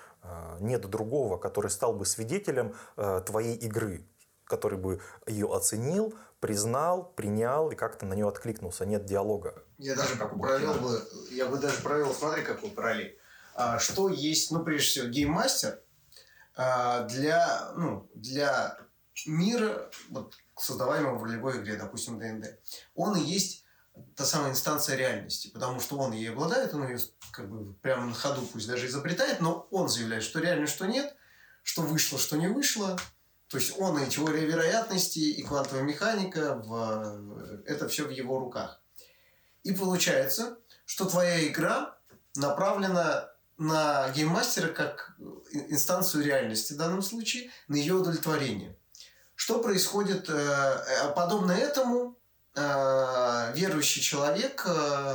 э, нет другого, который стал бы свидетелем э, твоей игры, который бы ее оценил, признал, принял и как-то на нее откликнулся. Нет диалога. Я даже провел бы, я бы даже провел, смотри, какую параллель. А, что есть, ну, прежде всего, гейммастер а, для, ну, для мира, вот, создаваемого в любой игре, допустим, ди энд ди. Он и есть та самая инстанция реальности, потому что он ей обладает, он ее как бы прямо на ходу пусть даже изобретает, но он заявляет, что реально, что нет, что вышло, что не вышло. То есть он и теория вероятности, и квантовая механика, в... это все в его руках. И получается, что твоя игра направлена на гейммастера как инстанцию реальности в данном случае, на ее удовлетворение. Что происходит? Подобно этому верующий человек,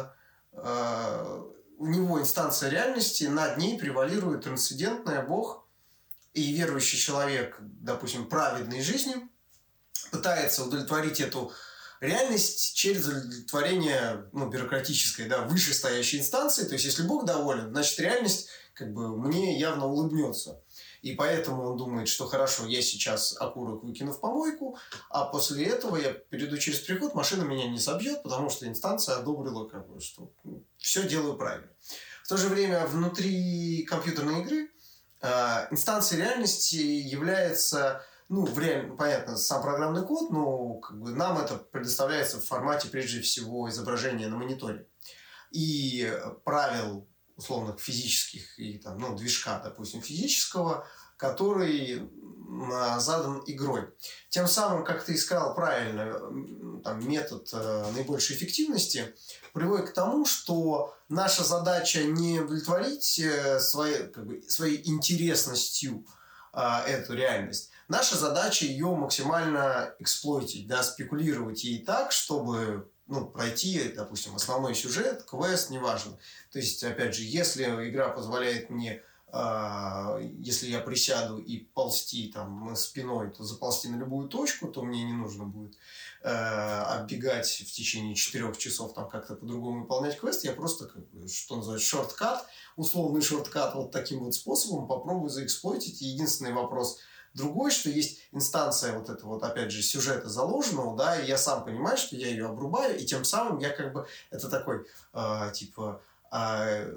у него инстанция реальности, над ней превалирует трансцендентная, Бог. И верующий человек, допустим, праведной жизнью, пытается удовлетворить эту реальность через удовлетворение, ну, бюрократической, да, вышестоящей инстанции. То есть, если Бог доволен, значит, реальность как бы мне явно улыбнется. И поэтому он думает, что хорошо, я сейчас окурок выкину в помойку, а после этого я перейду через переход, машина меня не собьет, потому что инстанция одобрила, как бы, что все делаю правильно. В то же время внутри компьютерной игры инстанцией реальности является, ну, в реаль... понятно, сам программный код, но как бы нам это предоставляется в формате, прежде всего, изображения на мониторе. И правил условных физических и там, ну, движка, допустим, физического, который задан игрой. Тем самым, как ты сказал правильно, там, метод наибольшей эффективности приводит к тому, что наша задача не удовлетворить своей, как бы, своей интересностью а, эту реальность. Наша задача ее максимально эксплойтить, да, спекулировать ей так, чтобы ну, пройти, допустим, основной сюжет, квест, неважно. То есть, опять же, если игра позволяет мне, э, если я присяду и ползти там спиной, то заползти на любую точку, то мне не нужно будет э, оббегать в течение четырех часов, там как-то по-другому выполнять квест. Я просто, как бы, что называется, шорткат, условный шорткат вот таким вот способом попробую заэксплойтить. Единственный вопрос другой, что есть инстанция вот этого вот, опять же, сюжета заложенного, да, и я сам понимаю, что я ее обрубаю, и тем самым я как бы, это такой, э, типа, э,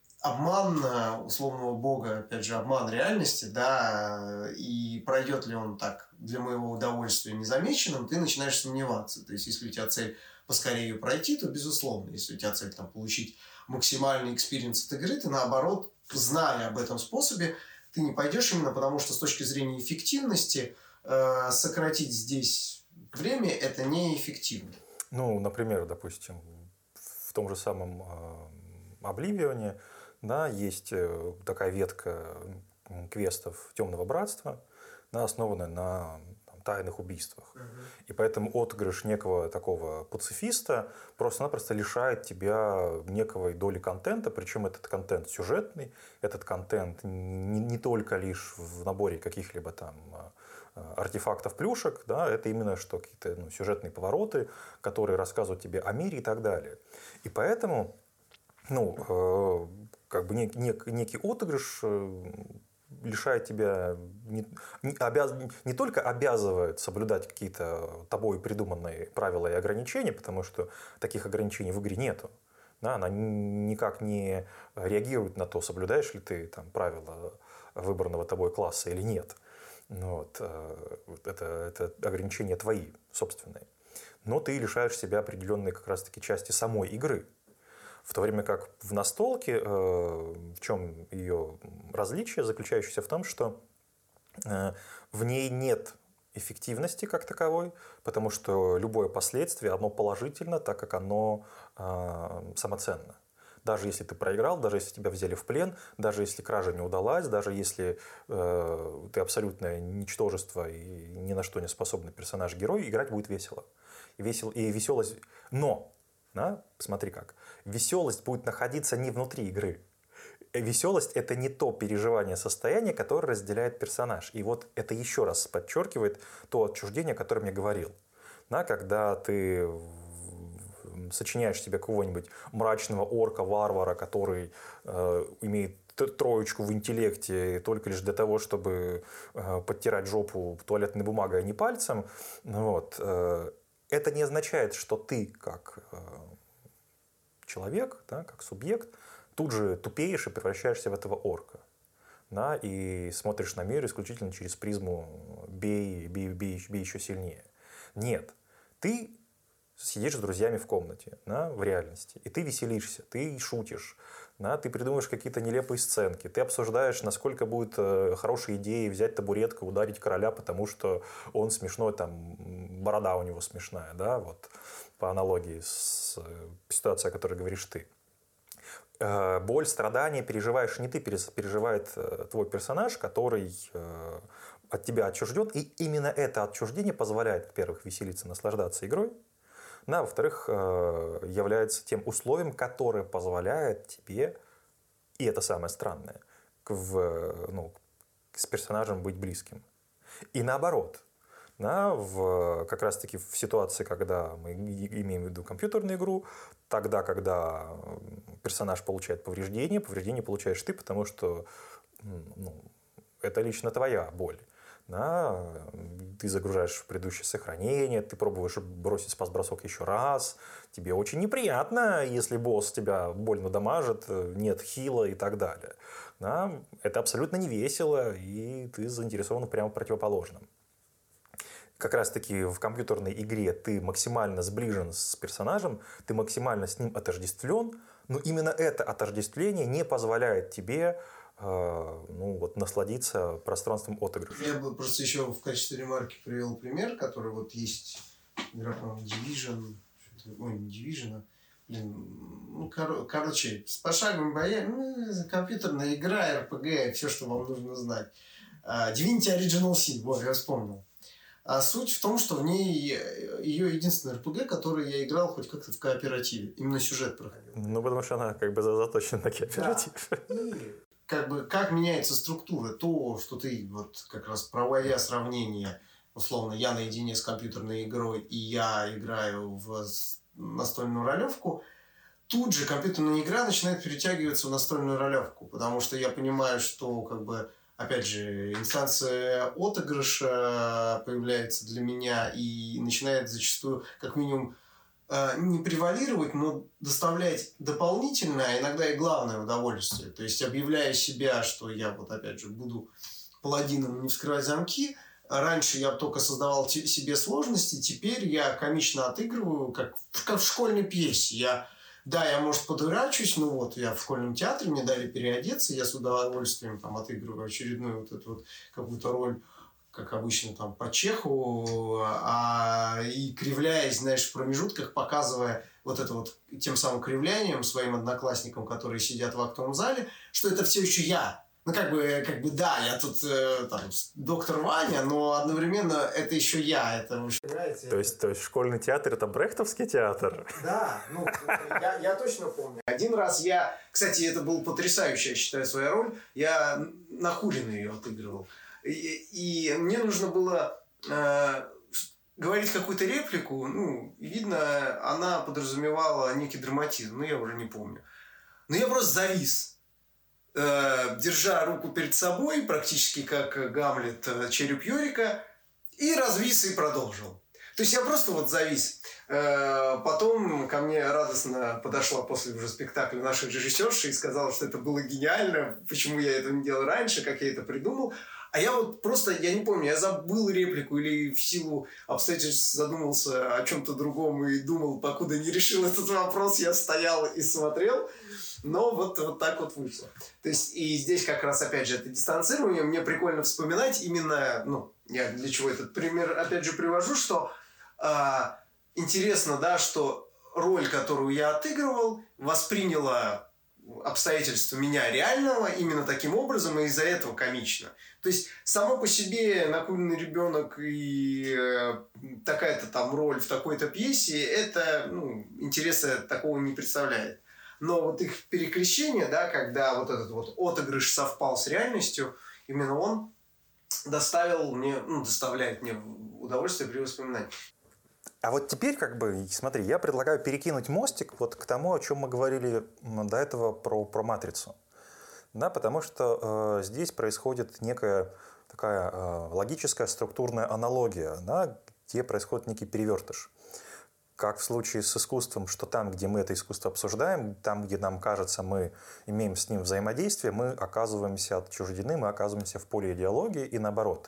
обман условного бога, опять же, обман реальности, да, и пройдет ли он так для моего удовольствия незамеченным, ты начинаешь сомневаться. То есть, если у тебя цель поскорее ее пройти, то безусловно. Если у тебя цель там получить максимальный экспириенс от игры, ты наоборот, зная об этом способе, ты не пойдешь именно потому, что с точки зрения эффективности э, сократить здесь время это неэффективно. Ну, например, допустим, в том же самом э, Обливионе, да, есть такая ветка квестов Темного Братства, да, основанная на там, тайных убийствах. Uh-huh. И поэтому отыгрыш некого такого пацифиста просто-напросто лишает тебя некой доли контента, причем этот контент сюжетный, этот контент не, не только лишь в наборе каких-либо там артефактов, плюшек, да, это именно что какие-то ну, сюжетные повороты, которые рассказывают тебе о мире и так далее. И поэтому ну, э, как бы нек, нек, некий отыгрыш э, лишает тебя, не, не, обяз, не только обязывает соблюдать какие-то тобой придуманные правила и ограничения, потому что таких ограничений в игре нету. Да, она никак не реагирует на то, соблюдаешь ли ты там, правила выбранного тобой класса или нет. Вот, э, это, это ограничения твои, собственные. Но ты лишаешь себя определенной как раз-таки части самой игры. В то время как в настолке, в чем ее различие, заключающееся в том, что в ней нет эффективности как таковой, потому что любое последствие, оно положительно, так как оно самоценно. Даже если ты проиграл, даже если тебя взяли в плен, даже если кража не удалась, даже если э, ты абсолютное ничтожество и ни на что не способный персонаж-герой, играть будет весело. И, весел, и веселость... Но, да, смотри как, веселость будет находиться не внутри игры. Веселость – это не то переживание состояния, которое разделяет персонаж. И вот это еще раз подчеркивает то отчуждение, о котором я говорил. Да, когда ты сочиняешь себе какого-нибудь мрачного орка-варвара, который э, имеет троечку в интеллекте только лишь для того, чтобы э, подтирать жопу туалетной бумагой, а не пальцем, вот, э, это не означает, что ты как э, человек, да, как субъект, тут же тупеешь и превращаешься в этого орка. Да, и смотришь на мир исключительно через призму «бей, бей, бей, бей еще сильнее». Нет, ты сидишь с друзьями в комнате, да, в реальности, и ты веселишься, ты шутишь, да, ты придумаешь какие-то нелепые сценки, ты обсуждаешь, насколько будет э, хорошей идеей взять табуреткой, ударить короля, потому что он смешной, там, борода у него смешная, да, вот, по аналогии с э, ситуацией, о которой говоришь ты. Э, боль, страдания переживаешь не ты, переживает э, твой персонаж, который э, от тебя отчужден, и именно это отчуждение позволяет, во-первых, веселиться, наслаждаться игрой, да, во-вторых, является тем условием, которое позволяет тебе, и это самое странное, в, ну, с персонажем быть близким. И наоборот, да, в, как раз-таки в ситуации, когда мы имеем в виду компьютерную игру, тогда, когда персонаж получает повреждение, повреждение получаешь ты, потому что ну, это лично твоя боль. Да, ты загружаешь в предыдущее сохранение, ты пробуешь бросить спас-бросок еще раз, тебе очень неприятно, если босс тебя больно дамажит, нет хила и так далее. Да, это абсолютно не весело, и ты заинтересован прямо в противоположном. Как раз таки в компьютерной игре ты максимально сближен с персонажем, ты максимально с ним отождествлен, но именно это отождествление не позволяет тебе ну, вот, насладиться пространством отыгрыша. Я бы просто еще в качестве ремарки привел пример, который вот есть игра, по-моему, Division, ой, не Division, а, блин, ну, кор- короче, с пошаговыми боями, ну, компьютерная игра, эр пи джи, все, что вам нужно знать. Uh, Divinity Original Sin, вот, я вспомнил. А суть в том, что в ней ее единственный эр пэ гэ, который я играл хоть как-то в кооперативе. Именно сюжет проходил. Ну, потому что она как бы заточена на кооператив. Да. И как бы как меняется структура, то, что ты вот как раз проводя сравнение, условно, я наедине с компьютерной игрой и я играю в настольную ролевку, тут же компьютерная игра начинает перетягиваться в настольную ролевку, потому что я понимаю, что как бы опять же, инстанция отыгрыша появляется для меня и начинает зачастую, как минимум, не превалировать, но доставлять дополнительное, а иногда и главное удовольствие. То есть, объявляя себя, что я вот опять же буду паладином, не вскрывать замки, раньше я только создавал себе сложности, теперь я комично отыгрываю, как, как в школьной пьесе. Я Да, я, может, подурачусь, но вот я в школьном театре, мне дали переодеться, я с удовольствием там отыгрываю очередную вот эту вот какую-то роль, как обычно там по Чехову, а, и кривляясь, знаешь, в промежутках, показывая вот это вот тем самым кривлянием своим одноклассникам, которые сидят в актовом зале, что это все еще я. Ну, как бы, как бы, да, я тут э, там, доктор Ваня, но одновременно это еще я. Это, вы понимаете? То есть, то есть школьный театр – это брехтовский театр? Да, ну, я, я точно помню. Один раз я, кстати, это была потрясающая, я считаю, своя роль, я нахуленно ее отыгрывал. И, и мне нужно было э, говорить какую-то реплику, ну, видно, она подразумевала некий драматизм, но я уже не помню. Но я просто завис. Держа руку перед собой, практически как Гамлет, череп Йорика, и развис и продолжил. То есть я просто вот завис. Потом ко мне радостно подошла после уже спектакля наша режиссерша и сказала, что это было гениально, почему я это не делал раньше, как я это придумал. А я вот просто, я не помню, я забыл реплику или в силу обстоятельств задумался о чем-то другом и думал, покуда не решил этот вопрос, я стоял и смотрел. Но вот, вот так вот вышло. То есть, и здесь как раз, опять же, это дистанцирование. Мне прикольно вспоминать именно, ну, я для чего этот пример, опять же, привожу, что э, интересно, да, что роль, которую я отыгрывал, восприняла обстоятельства меня реального именно таким образом, и из-за этого комично. То есть, само по себе накуренный ребенок и э, такая-то там роль в такой-то пьесе, это, ну, интереса такого не представляет. Но вот их перекрещение, да, когда вот этот вот отыгрыш совпал с реальностью, именно он доставил мне, ну, доставляет мне удовольствие при воспоминании. А вот теперь, как бы, смотри, я предлагаю перекинуть мостик вот к тому, о чем мы говорили до этого про, про матрицу. Да, потому что э, здесь происходит некая такая э, логическая структурная аналогия, да, где происходит некий перевертыш. Как в случае с искусством, что там, где мы это искусство обсуждаем, там, где нам кажется, мы имеем с ним взаимодействие, мы оказываемся отчуждены, мы оказываемся в поле идеологии, и наоборот,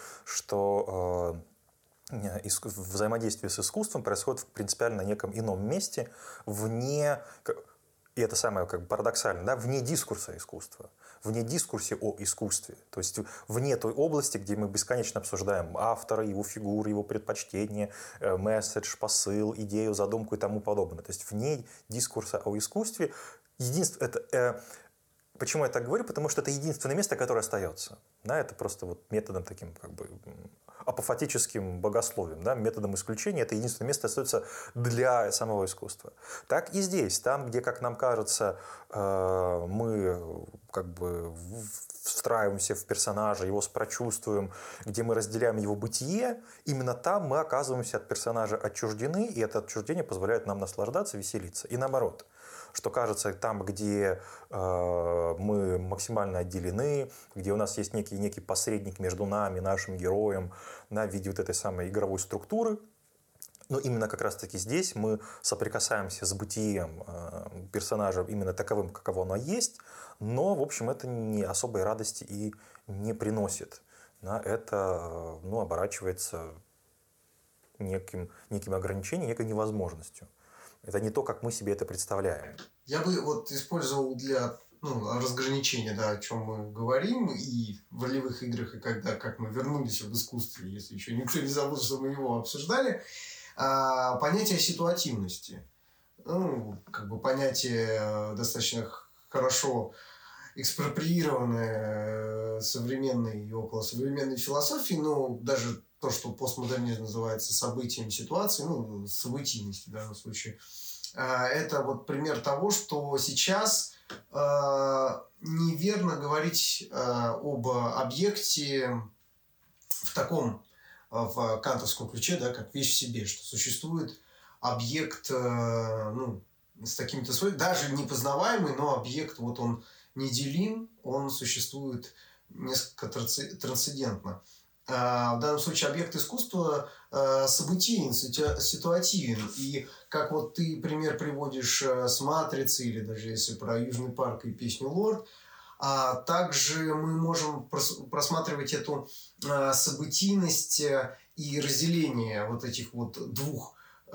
что э, взаимодействие с искусством происходит в принципиально неком ином месте, вне, и это самое как бы парадоксально, да, вне дискурса искусства, вне дискурсе о искусстве, то есть вне той области, где мы бесконечно обсуждаем автора, его фигуры, его предпочтения, месседж, посыл, идею, задумку и тому подобное. То есть вне дискурса о искусстве. Единственное, это, э, почему я так говорю? Потому что это единственное место, которое остается. Да, это просто вот методом таким как бы апофатическим богословием, да, методом исключения. Это единственное место остается для самого искусства. Так и здесь, там, где, как нам кажется, э, мы как бы встраиваемся в персонажа, его прочувствуем, где мы разделяем его бытие, именно там мы оказываемся от персонажа отчуждены, и это отчуждение позволяет нам наслаждаться, веселиться. И наоборот, что кажется, там, где э, мы максимально отделены, где у нас есть некий, некий посредник между нами, нашим героем, да, в виде вот этой самой игровой структуры, но именно как раз-таки здесь мы соприкасаемся с бытием э, персонажа именно таковым, каково оно есть, но, в общем, это не особой радости и не приносит. Да, это, ну, оборачивается неким, неким ограничением, некой невозможностью. Это не то, как мы себе это представляем. Я бы вот использовал для, ну, разграничения, да, о чем мы говорим, и в ролевых играх, и когда, как мы вернулись в искусстве, если еще никто не забыл, что мы его обсуждали, а, понятие ситуативности. Ну, как бы понятие достаточно хорошо экспроприированное современной и около современной философии, но даже то, что постмодернизм называется событием ситуации, ну, событийностью в данном случае, это вот пример того, что сейчас неверно говорить об объекте в таком, в кантовском ключе, да, как вещь в себе, что существует объект, ну, с такими-то свойствами, даже непознаваемый, но объект, вот он неделим, он существует несколько трансцендентно. В данном случае объект искусства событиен, ситуативен. И как вот ты пример приводишь с «Матрицей», или даже если про Южный парк и песню «Лорд», а также мы можем просматривать эту событийность и разделение вот этих вот двух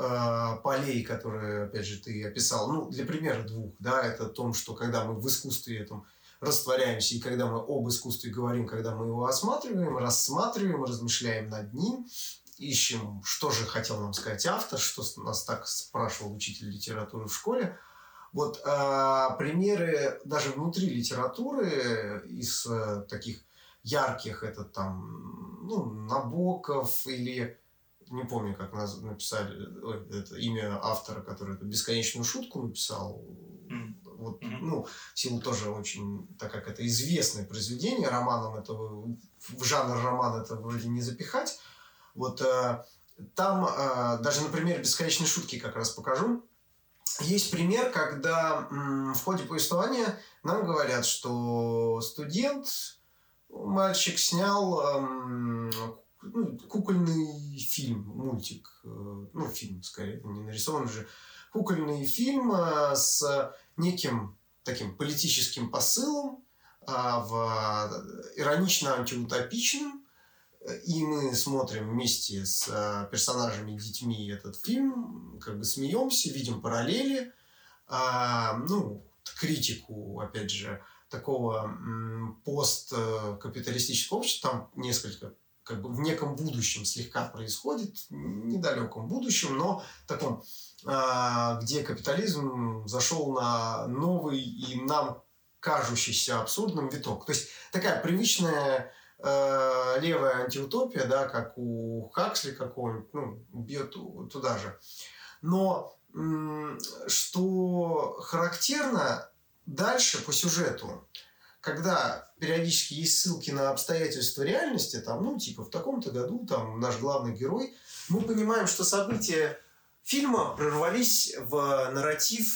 полей, которые, опять же, ты описал. Ну, для примера двух, да, это о том, что когда мы в искусстве этом растворяемся, и когда мы об искусстве говорим, когда мы его осматриваем, рассматриваем, размышляем над ним, ищем, что же хотел нам сказать автор, что нас так спрашивал учитель литературы в школе. Вот э, примеры даже внутри литературы из э, таких ярких, это там, ну, Набоков или, не помню, как нас написали, ой, это имя автора, который эту «Бесконечную шутку» написал. Mm. Вот, mm-hmm. Ну, в силу тоже очень, так как это известное произведение, романом этого, в жанр романа это вроде не запихать. Вот э, там, э, даже на примере «Бесконечной шутки» как раз покажу. Есть пример, когда м, в ходе повествования нам говорят, что студент, мальчик снял эм, ну, кукольный фильм, мультик, э, ну, фильм, скорее, не нарисованный же, кукольный фильм э, с неким таким политическим посылом, э, в, иронично-антиутопичным, и мы смотрим вместе с э, персонажами, детьми этот фильм, как бы смеемся, видим параллели, э, ну, критику, опять же, такого м, посткапиталистического общества, там несколько, как бы в неком будущем слегка происходит, недалеком будущем, но таком, э, где капитализм зашел на новый и нам кажущийся абсурдным виток. То есть такая привычная левая антиутопия, да, как у Хаксли какого-нибудь, ну, бьет туда же. Но что характерно дальше по сюжету, когда периодически есть ссылки на обстоятельства реальности, там, ну, типа, в таком-то году там наш главный герой, мы понимаем, что события фильма прорвались в нарратив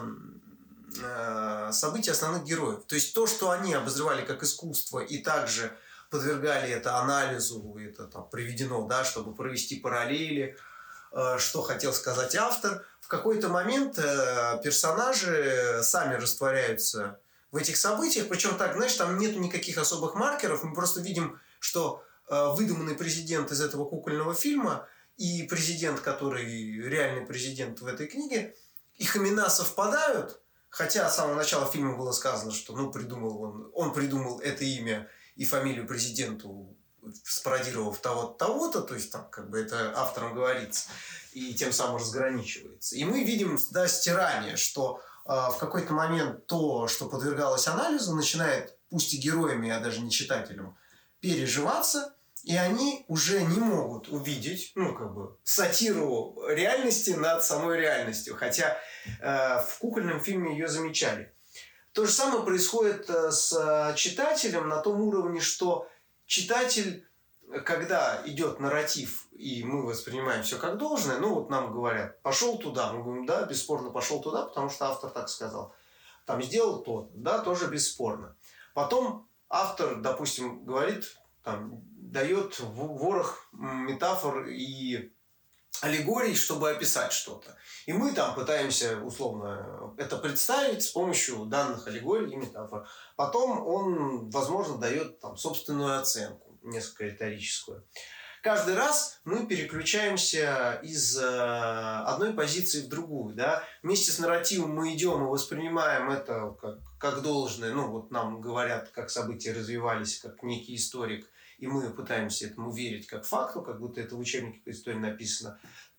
событий основных героев. То есть то, что они обозревали как искусство и также подвергали это анализу, это там приведено, да, чтобы провести параллели, э, что хотел сказать автор. В какой-то момент э, персонажи сами растворяются в этих событиях, причем так, знаешь, там нет никаких особых маркеров, мы просто видим, что э, выдуманный президент из этого кукольного фильма и президент, который реальный президент в этой книге, их имена совпадают, хотя с самого начала фильма было сказано, что ну, придумал он, он придумал это имя и фамилию президенту, спародировав того-то, того-то, то есть там как бы это автором говорится, и тем самым разграничивается. И мы видим, да, стирание, что э, в какой-то момент то, что подвергалось анализу, начинает, пусть и героями, а даже не читателям, переживаться, и они уже не могут увидеть, ну, как бы, сатиру реальности над самой реальностью, хотя э, в кукольном фильме ее замечали. То же самое происходит с читателем на том уровне, что читатель, когда идет нарратив, и мы воспринимаем все как должное, ну вот нам говорят, пошел туда, мы говорим, да, бесспорно пошел туда, потому что автор так сказал. Там сделал то, да, тоже бесспорно. Потом автор, допустим, говорит, там, дает ворох метафор и аллегорий, чтобы описать что-то. И мы там пытаемся условно это представить с помощью данных аллегорий и метафор. Потом он, возможно, дает там собственную оценку, несколько риторическую. Каждый раз мы переключаемся из э, одной позиции в другую. Да? Вместе с нарративом мы идем и воспринимаем это как, как должное. Ну, вот нам говорят, как события развивались, как некий историк. И мы пытаемся этому верить как факту, как будто это в учебнике по истории написано.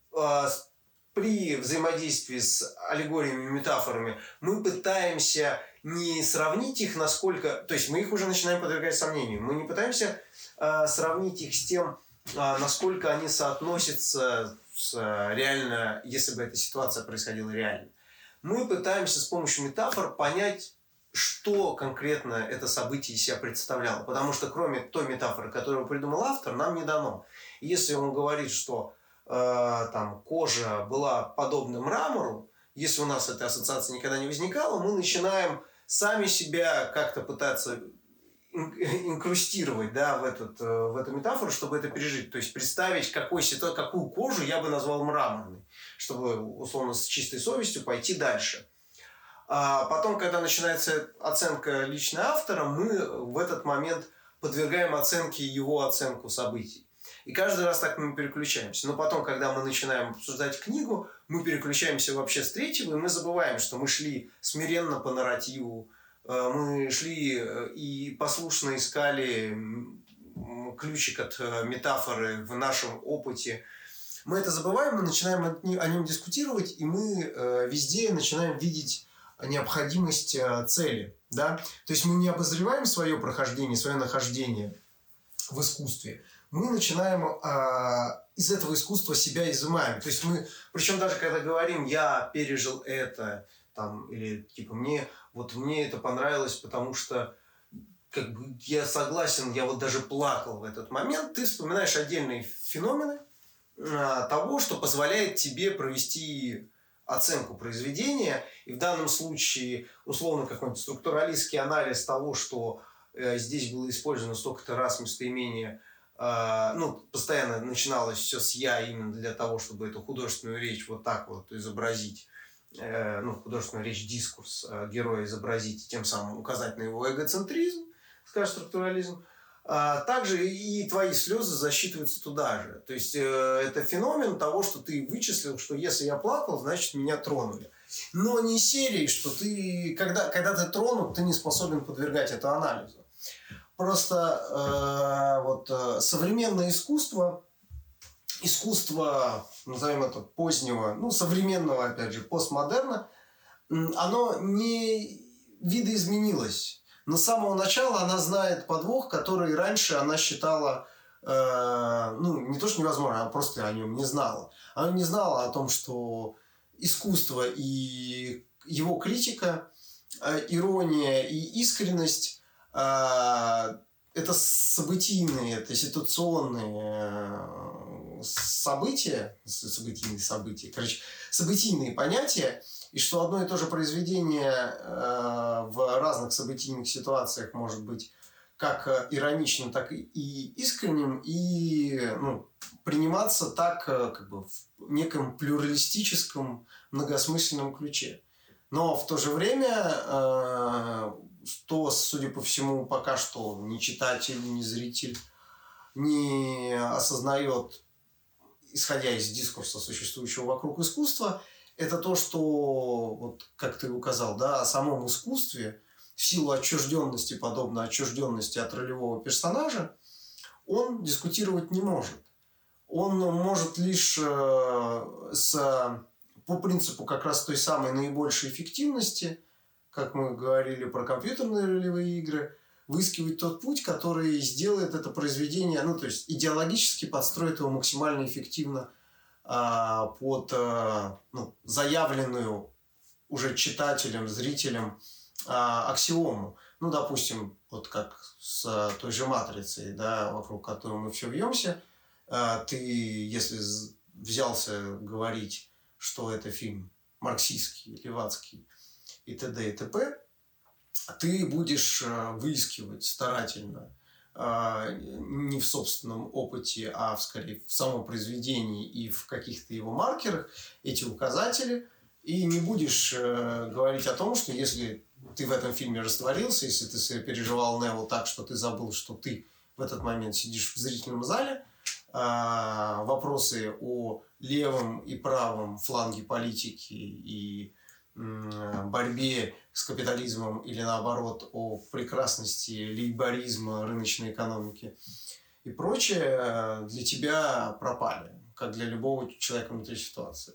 При взаимодействии с аллегориями и метафорами мы пытаемся не сравнить их насколько... То есть мы их уже начинаем подвергать сомнению. Мы не пытаемся сравнить их с тем, а насколько они соотносятся с реально, если бы эта ситуация происходила реально. Мы пытаемся с помощью метафор понять, что конкретно это событие из себя представляло. Потому что кроме той метафоры, которую придумал автор, нам не дано. И если он говорит, что э, там, кожа была подобна мрамору, если у нас эта ассоциация никогда не возникала, мы начинаем сами себя как-то пытаться инкрустировать, да, в, этот, в эту метафору, чтобы это пережить. То есть представить, какой, какую кожу я бы назвал мраморной, чтобы, условно, с чистой совестью пойти дальше. А потом, когда начинается оценка лично автора, мы в этот момент подвергаем оценке его оценку событий. И каждый раз так мы переключаемся. Но потом, когда мы начинаем обсуждать книгу, мы переключаемся вообще с третьего, и мы забываем, что мы шли смиренно по нарративу, мы шли и послушно искали ключик от метафоры в нашем опыте. Мы это забываем, мы начинаем о нем дискутировать, и мы везде начинаем видеть необходимость цели. Да? То есть мы не обозреваем свое прохождение, свое нахождение в искусстве. Мы начинаем э, из этого искусства себя изымаем. То есть мы, причем даже когда говорим, я пережил это, там, или типа мне, вот мне это понравилось, потому что как бы я согласен, я вот даже плакал в этот момент, ты вспоминаешь отдельные феномены э, того, что позволяет тебе провести оценку произведения, и в данном случае условно какой-нибудь структуралистский анализ того, что э, здесь было использовано столько-то раз местоимение, э, ну, постоянно начиналось все с «я» именно для того, чтобы эту художественную речь вот так вот изобразить, э, ну, художественную речь, дискурс э, героя изобразить, и тем самым указать на его эгоцентризм, скажем, структурализм. А также и твои слезы засчитываются туда же. То есть э, это феномен того, что ты вычислил, что если я плакал, значит меня тронули. Но не серии, что ты, когда, когда ты тронут, ты не способен подвергать это анализу. Просто э, вот, э, современное искусство, искусство, назовем это позднего, ну современного, опять же, постмодерна, оно не видоизменилось. Но с самого начала она знает подвох, который раньше она считала, э, ну, не то что невозможно, она просто о нем не знала. Она не знала о том, что искусство и его критика, э, ирония и искренность э, это событийные, это ситуационные события, событийные события, короче, событийные понятия. И что одно и то же произведение э, в разных событийных ситуациях может быть как ироничным, так и искренним, и ну, приниматься так как бы, в неком плюралистическом, многосмысленном ключе. Но в то же время, э, то, судя по всему, пока что ни читатель, ни зритель не осознает, исходя из дискурса, существующего вокруг искусства, это то, что, вот, как ты указал, да, о самом искусстве, в силу отчужденности, подобно отчужденности от ролевого персонажа, он дискутировать не может. Он может лишь э, с, по принципу как раз той самой наибольшей эффективности, как мы говорили про компьютерные ролевые игры, выискивать тот путь, который сделает это произведение, ну, то есть идеологически подстроит его максимально эффективно под ну, заявленную уже читателем, зрителем аксиому. Ну, допустим, вот как с той же «Матрицей», да, вокруг которой мы все вьемся. Ты, если взялся говорить, что это фильм марксистский, левацкий и т.д. и т.п., ты будешь выискивать старательно не в собственном опыте, а в, скорее в самом произведении и в каких-то его маркерах эти указатели, и не будешь э, говорить о том, что если ты в этом фильме растворился, если ты переживал Невилл так, что ты забыл, что ты в этот момент сидишь в зрительном зале, э, вопросы о левом и правом фланге политики и борьбе с капитализмом или наоборот о прекрасности лейборизма, рыночной экономики и прочее для тебя пропали, как для любого человека внутри ситуации.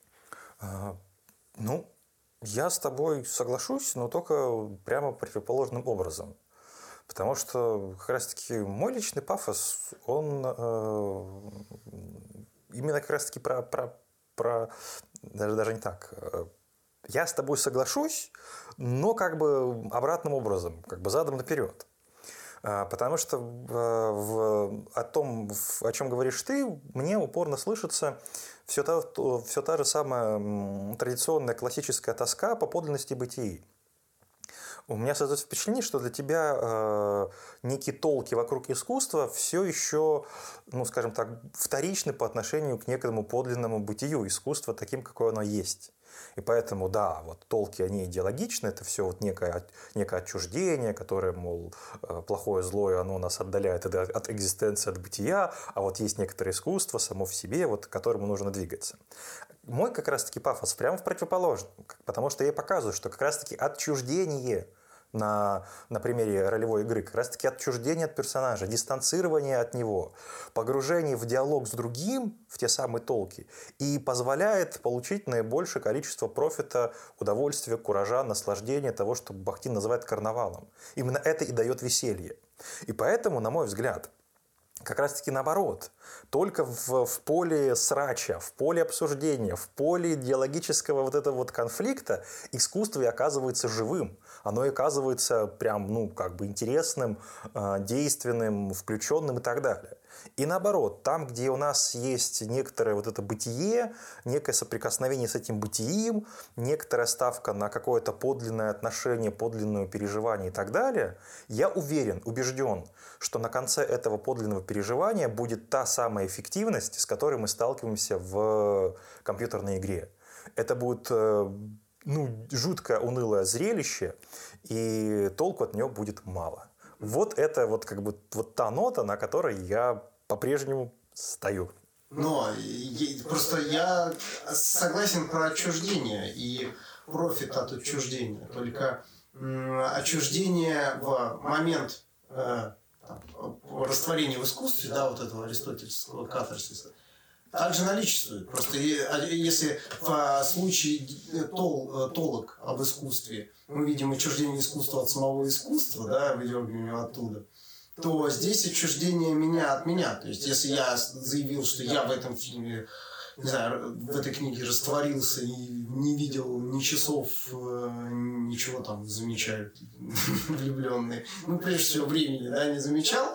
А, ну, я с тобой соглашусь, но только прямо противоположным образом. Потому что как раз-таки мой личный пафос, он э, именно как раз-таки про, про, про даже, даже не так. Я с тобой соглашусь, но как бы обратным образом, как бы задом наперед. Потому что в, о том, о чем говоришь ты, мне упорно слышится все та, все та же самая традиционная классическая тоска по подлинности бытия. У меня создается впечатление, что для тебя э, некие толки вокруг искусства все еще, ну, скажем так, вторичны по отношению к некому подлинному бытию искусства, таким, какое оно есть. И поэтому, да, вот толки, они идеологичны, это все вот некое, некое отчуждение, которое, мол, плохое, злое, оно нас отдаляет от экзистенции, от бытия, а вот есть некоторое искусство само в себе, вот, к которому нужно двигаться. Мой как раз-таки пафос прямо в противоположном, потому что я показываю, что как раз-таки отчуждение на, на примере ролевой игры, как раз-таки отчуждение от персонажа, дистанцирование от него, погружение в диалог с другим, в те самые толки, и позволяет получить наибольшее количество профита, удовольствия, куража, наслаждения, того, что Бахтин называет карнавалом. Именно это и дает веселье. И поэтому, на мой взгляд, как раз-таки наоборот. Только в, в поле срача, в поле обсуждения, в поле идеологического вот этого вот конфликта искусство и оказывается живым. Оно и оказывается прям, ну, как бы интересным, действенным, включенным и так далее. И наоборот, там, где у нас есть некоторое вот это бытие, некое соприкосновение с этим бытием, некоторая ставка на какое-то подлинное отношение, подлинное переживание и так далее, я уверен, убежден, что на конце этого подлинного переживания будет та самая эффективность, с которой мы сталкиваемся в компьютерной игре. Это будет, ну, жуткое, унылое зрелище, и толку от него будет мало. Вот это вот как бы вот та нота, на которой я по-прежнему стою. Но просто я согласен про отчуждение и профит от отчуждения. Только отчуждение в момент э, там, растворения в искусстве, да, вот этого аристотельского катарсиса, также наличествует. Просто если в случае тол, толок об искусстве мы видим отчуждение искусства от самого искусства, да, выдергивание его оттуда, то здесь отчуждение меня от меня. То есть, если я заявил, что я в этом фильме, не знаю, в этой книге растворился и не видел ни часов, ничего там замечают влюбленные, ну, прежде всего, времени, да, не замечал,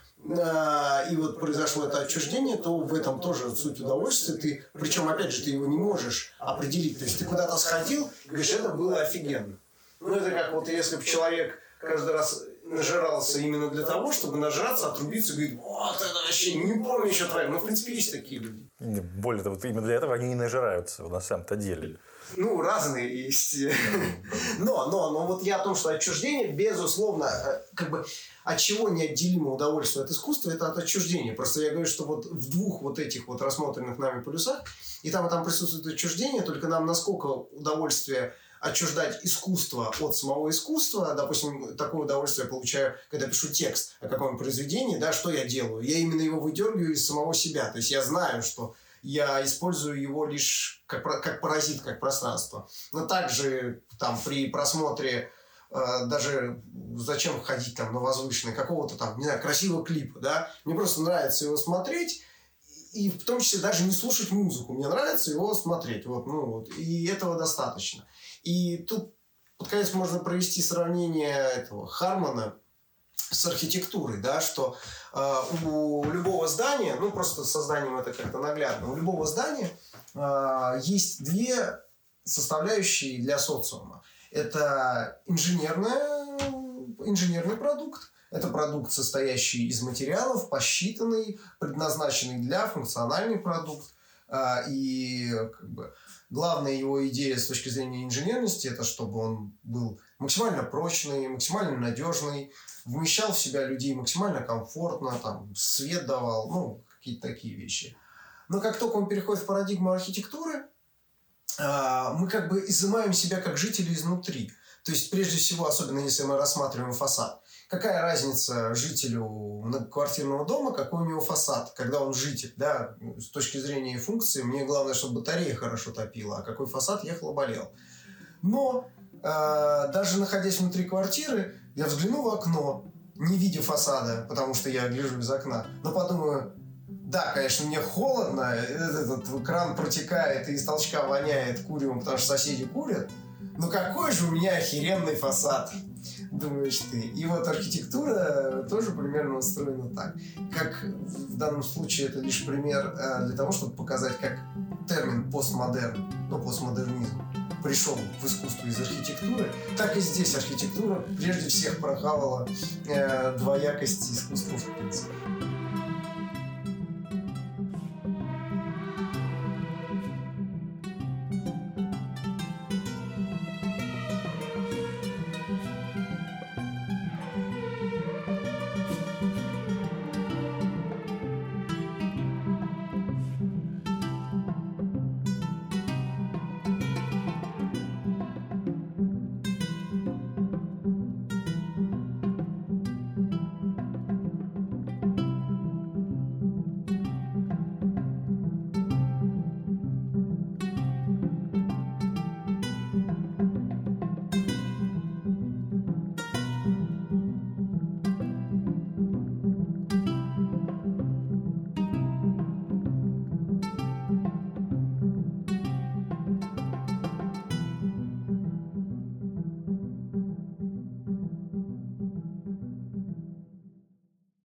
и вот произошло это отчуждение, то в этом тоже суть удовольствия. Ты, причем, опять же, ты его не можешь определить. То есть, ты куда-то сходил, говоришь, это было офигенно. Ну, это как вот если бы человек каждый раз нажирался именно для того, чтобы нажраться, отрубиться и говорить, вот это вообще не помню еще твоим. Ну, в принципе, есть такие люди. Более того, именно для этого они и нажираются на самом-то деле. Ну, разные есть. Но, но, но вот я о том, что отчуждение, безусловно, как бы от чего неотделимо удовольствие от искусства, это от отчуждения. Просто я говорю, что вот в двух вот этих вот рассмотренных нами полюсах, и там, и там присутствует отчуждение, только нам насколько удовольствие отчуждать искусство от самого искусства. Допустим, такое удовольствие я получаю, когда пишу текст о каком-нибудь произведении, да, что я делаю? Я именно его выдергиваю из самого себя. То есть я знаю, что я использую его лишь как, как паразит, как пространство. Но также там при просмотре э, даже зачем ходить там на возвышенный какого-то там, не знаю, красивого клипа, да? Мне просто нравится его смотреть, и в том числе даже не слушать музыку. Мне нравится его смотреть. Вот, ну, вот, и этого достаточно. И тут под конец можно провести сравнение этого Хармана с архитектурой, да, что э, у любого здания, ну просто со зданием это как-то наглядно, у любого здания э, есть две составляющие для социума. Это инженерная, инженерный продукт, это продукт, состоящий из материалов, посчитанный, предназначенный для функциональный продукт. Э, и как бы главная его идея с точки зрения инженерности, это чтобы он был максимально прочный, максимально надежный, вмещал в себя людей максимально комфортно, там, свет давал, ну, какие-то такие вещи. Но как только он переходит в парадигму архитектуры, мы как бы изымаем себя как жители изнутри. То есть, прежде всего, особенно если мы рассматриваем фасад. Какая разница жителю многоквартирного дома, какой у него фасад, когда он житель, да, с точки зрения функции, мне главное, чтобы батарея хорошо топила, а какой фасад ехал и болел. Но э, даже находясь внутри квартиры, я взгляну в окно, не видя фасада, потому что я гляжу из окна, но подумаю, да, конечно, мне холодно, этот кран протекает и из толчка воняет куревом, потому что соседи курят, но какой же у меня охеренный фасад, думаешь ты. И вот архитектура тоже примерно устроена так. Как в данном случае это лишь пример для того, чтобы показать, как термин постмодерн, ну, постмодернизм пришел в искусство из архитектуры, так и здесь архитектура прежде всех прохавала э, двоякость искусства в принципе.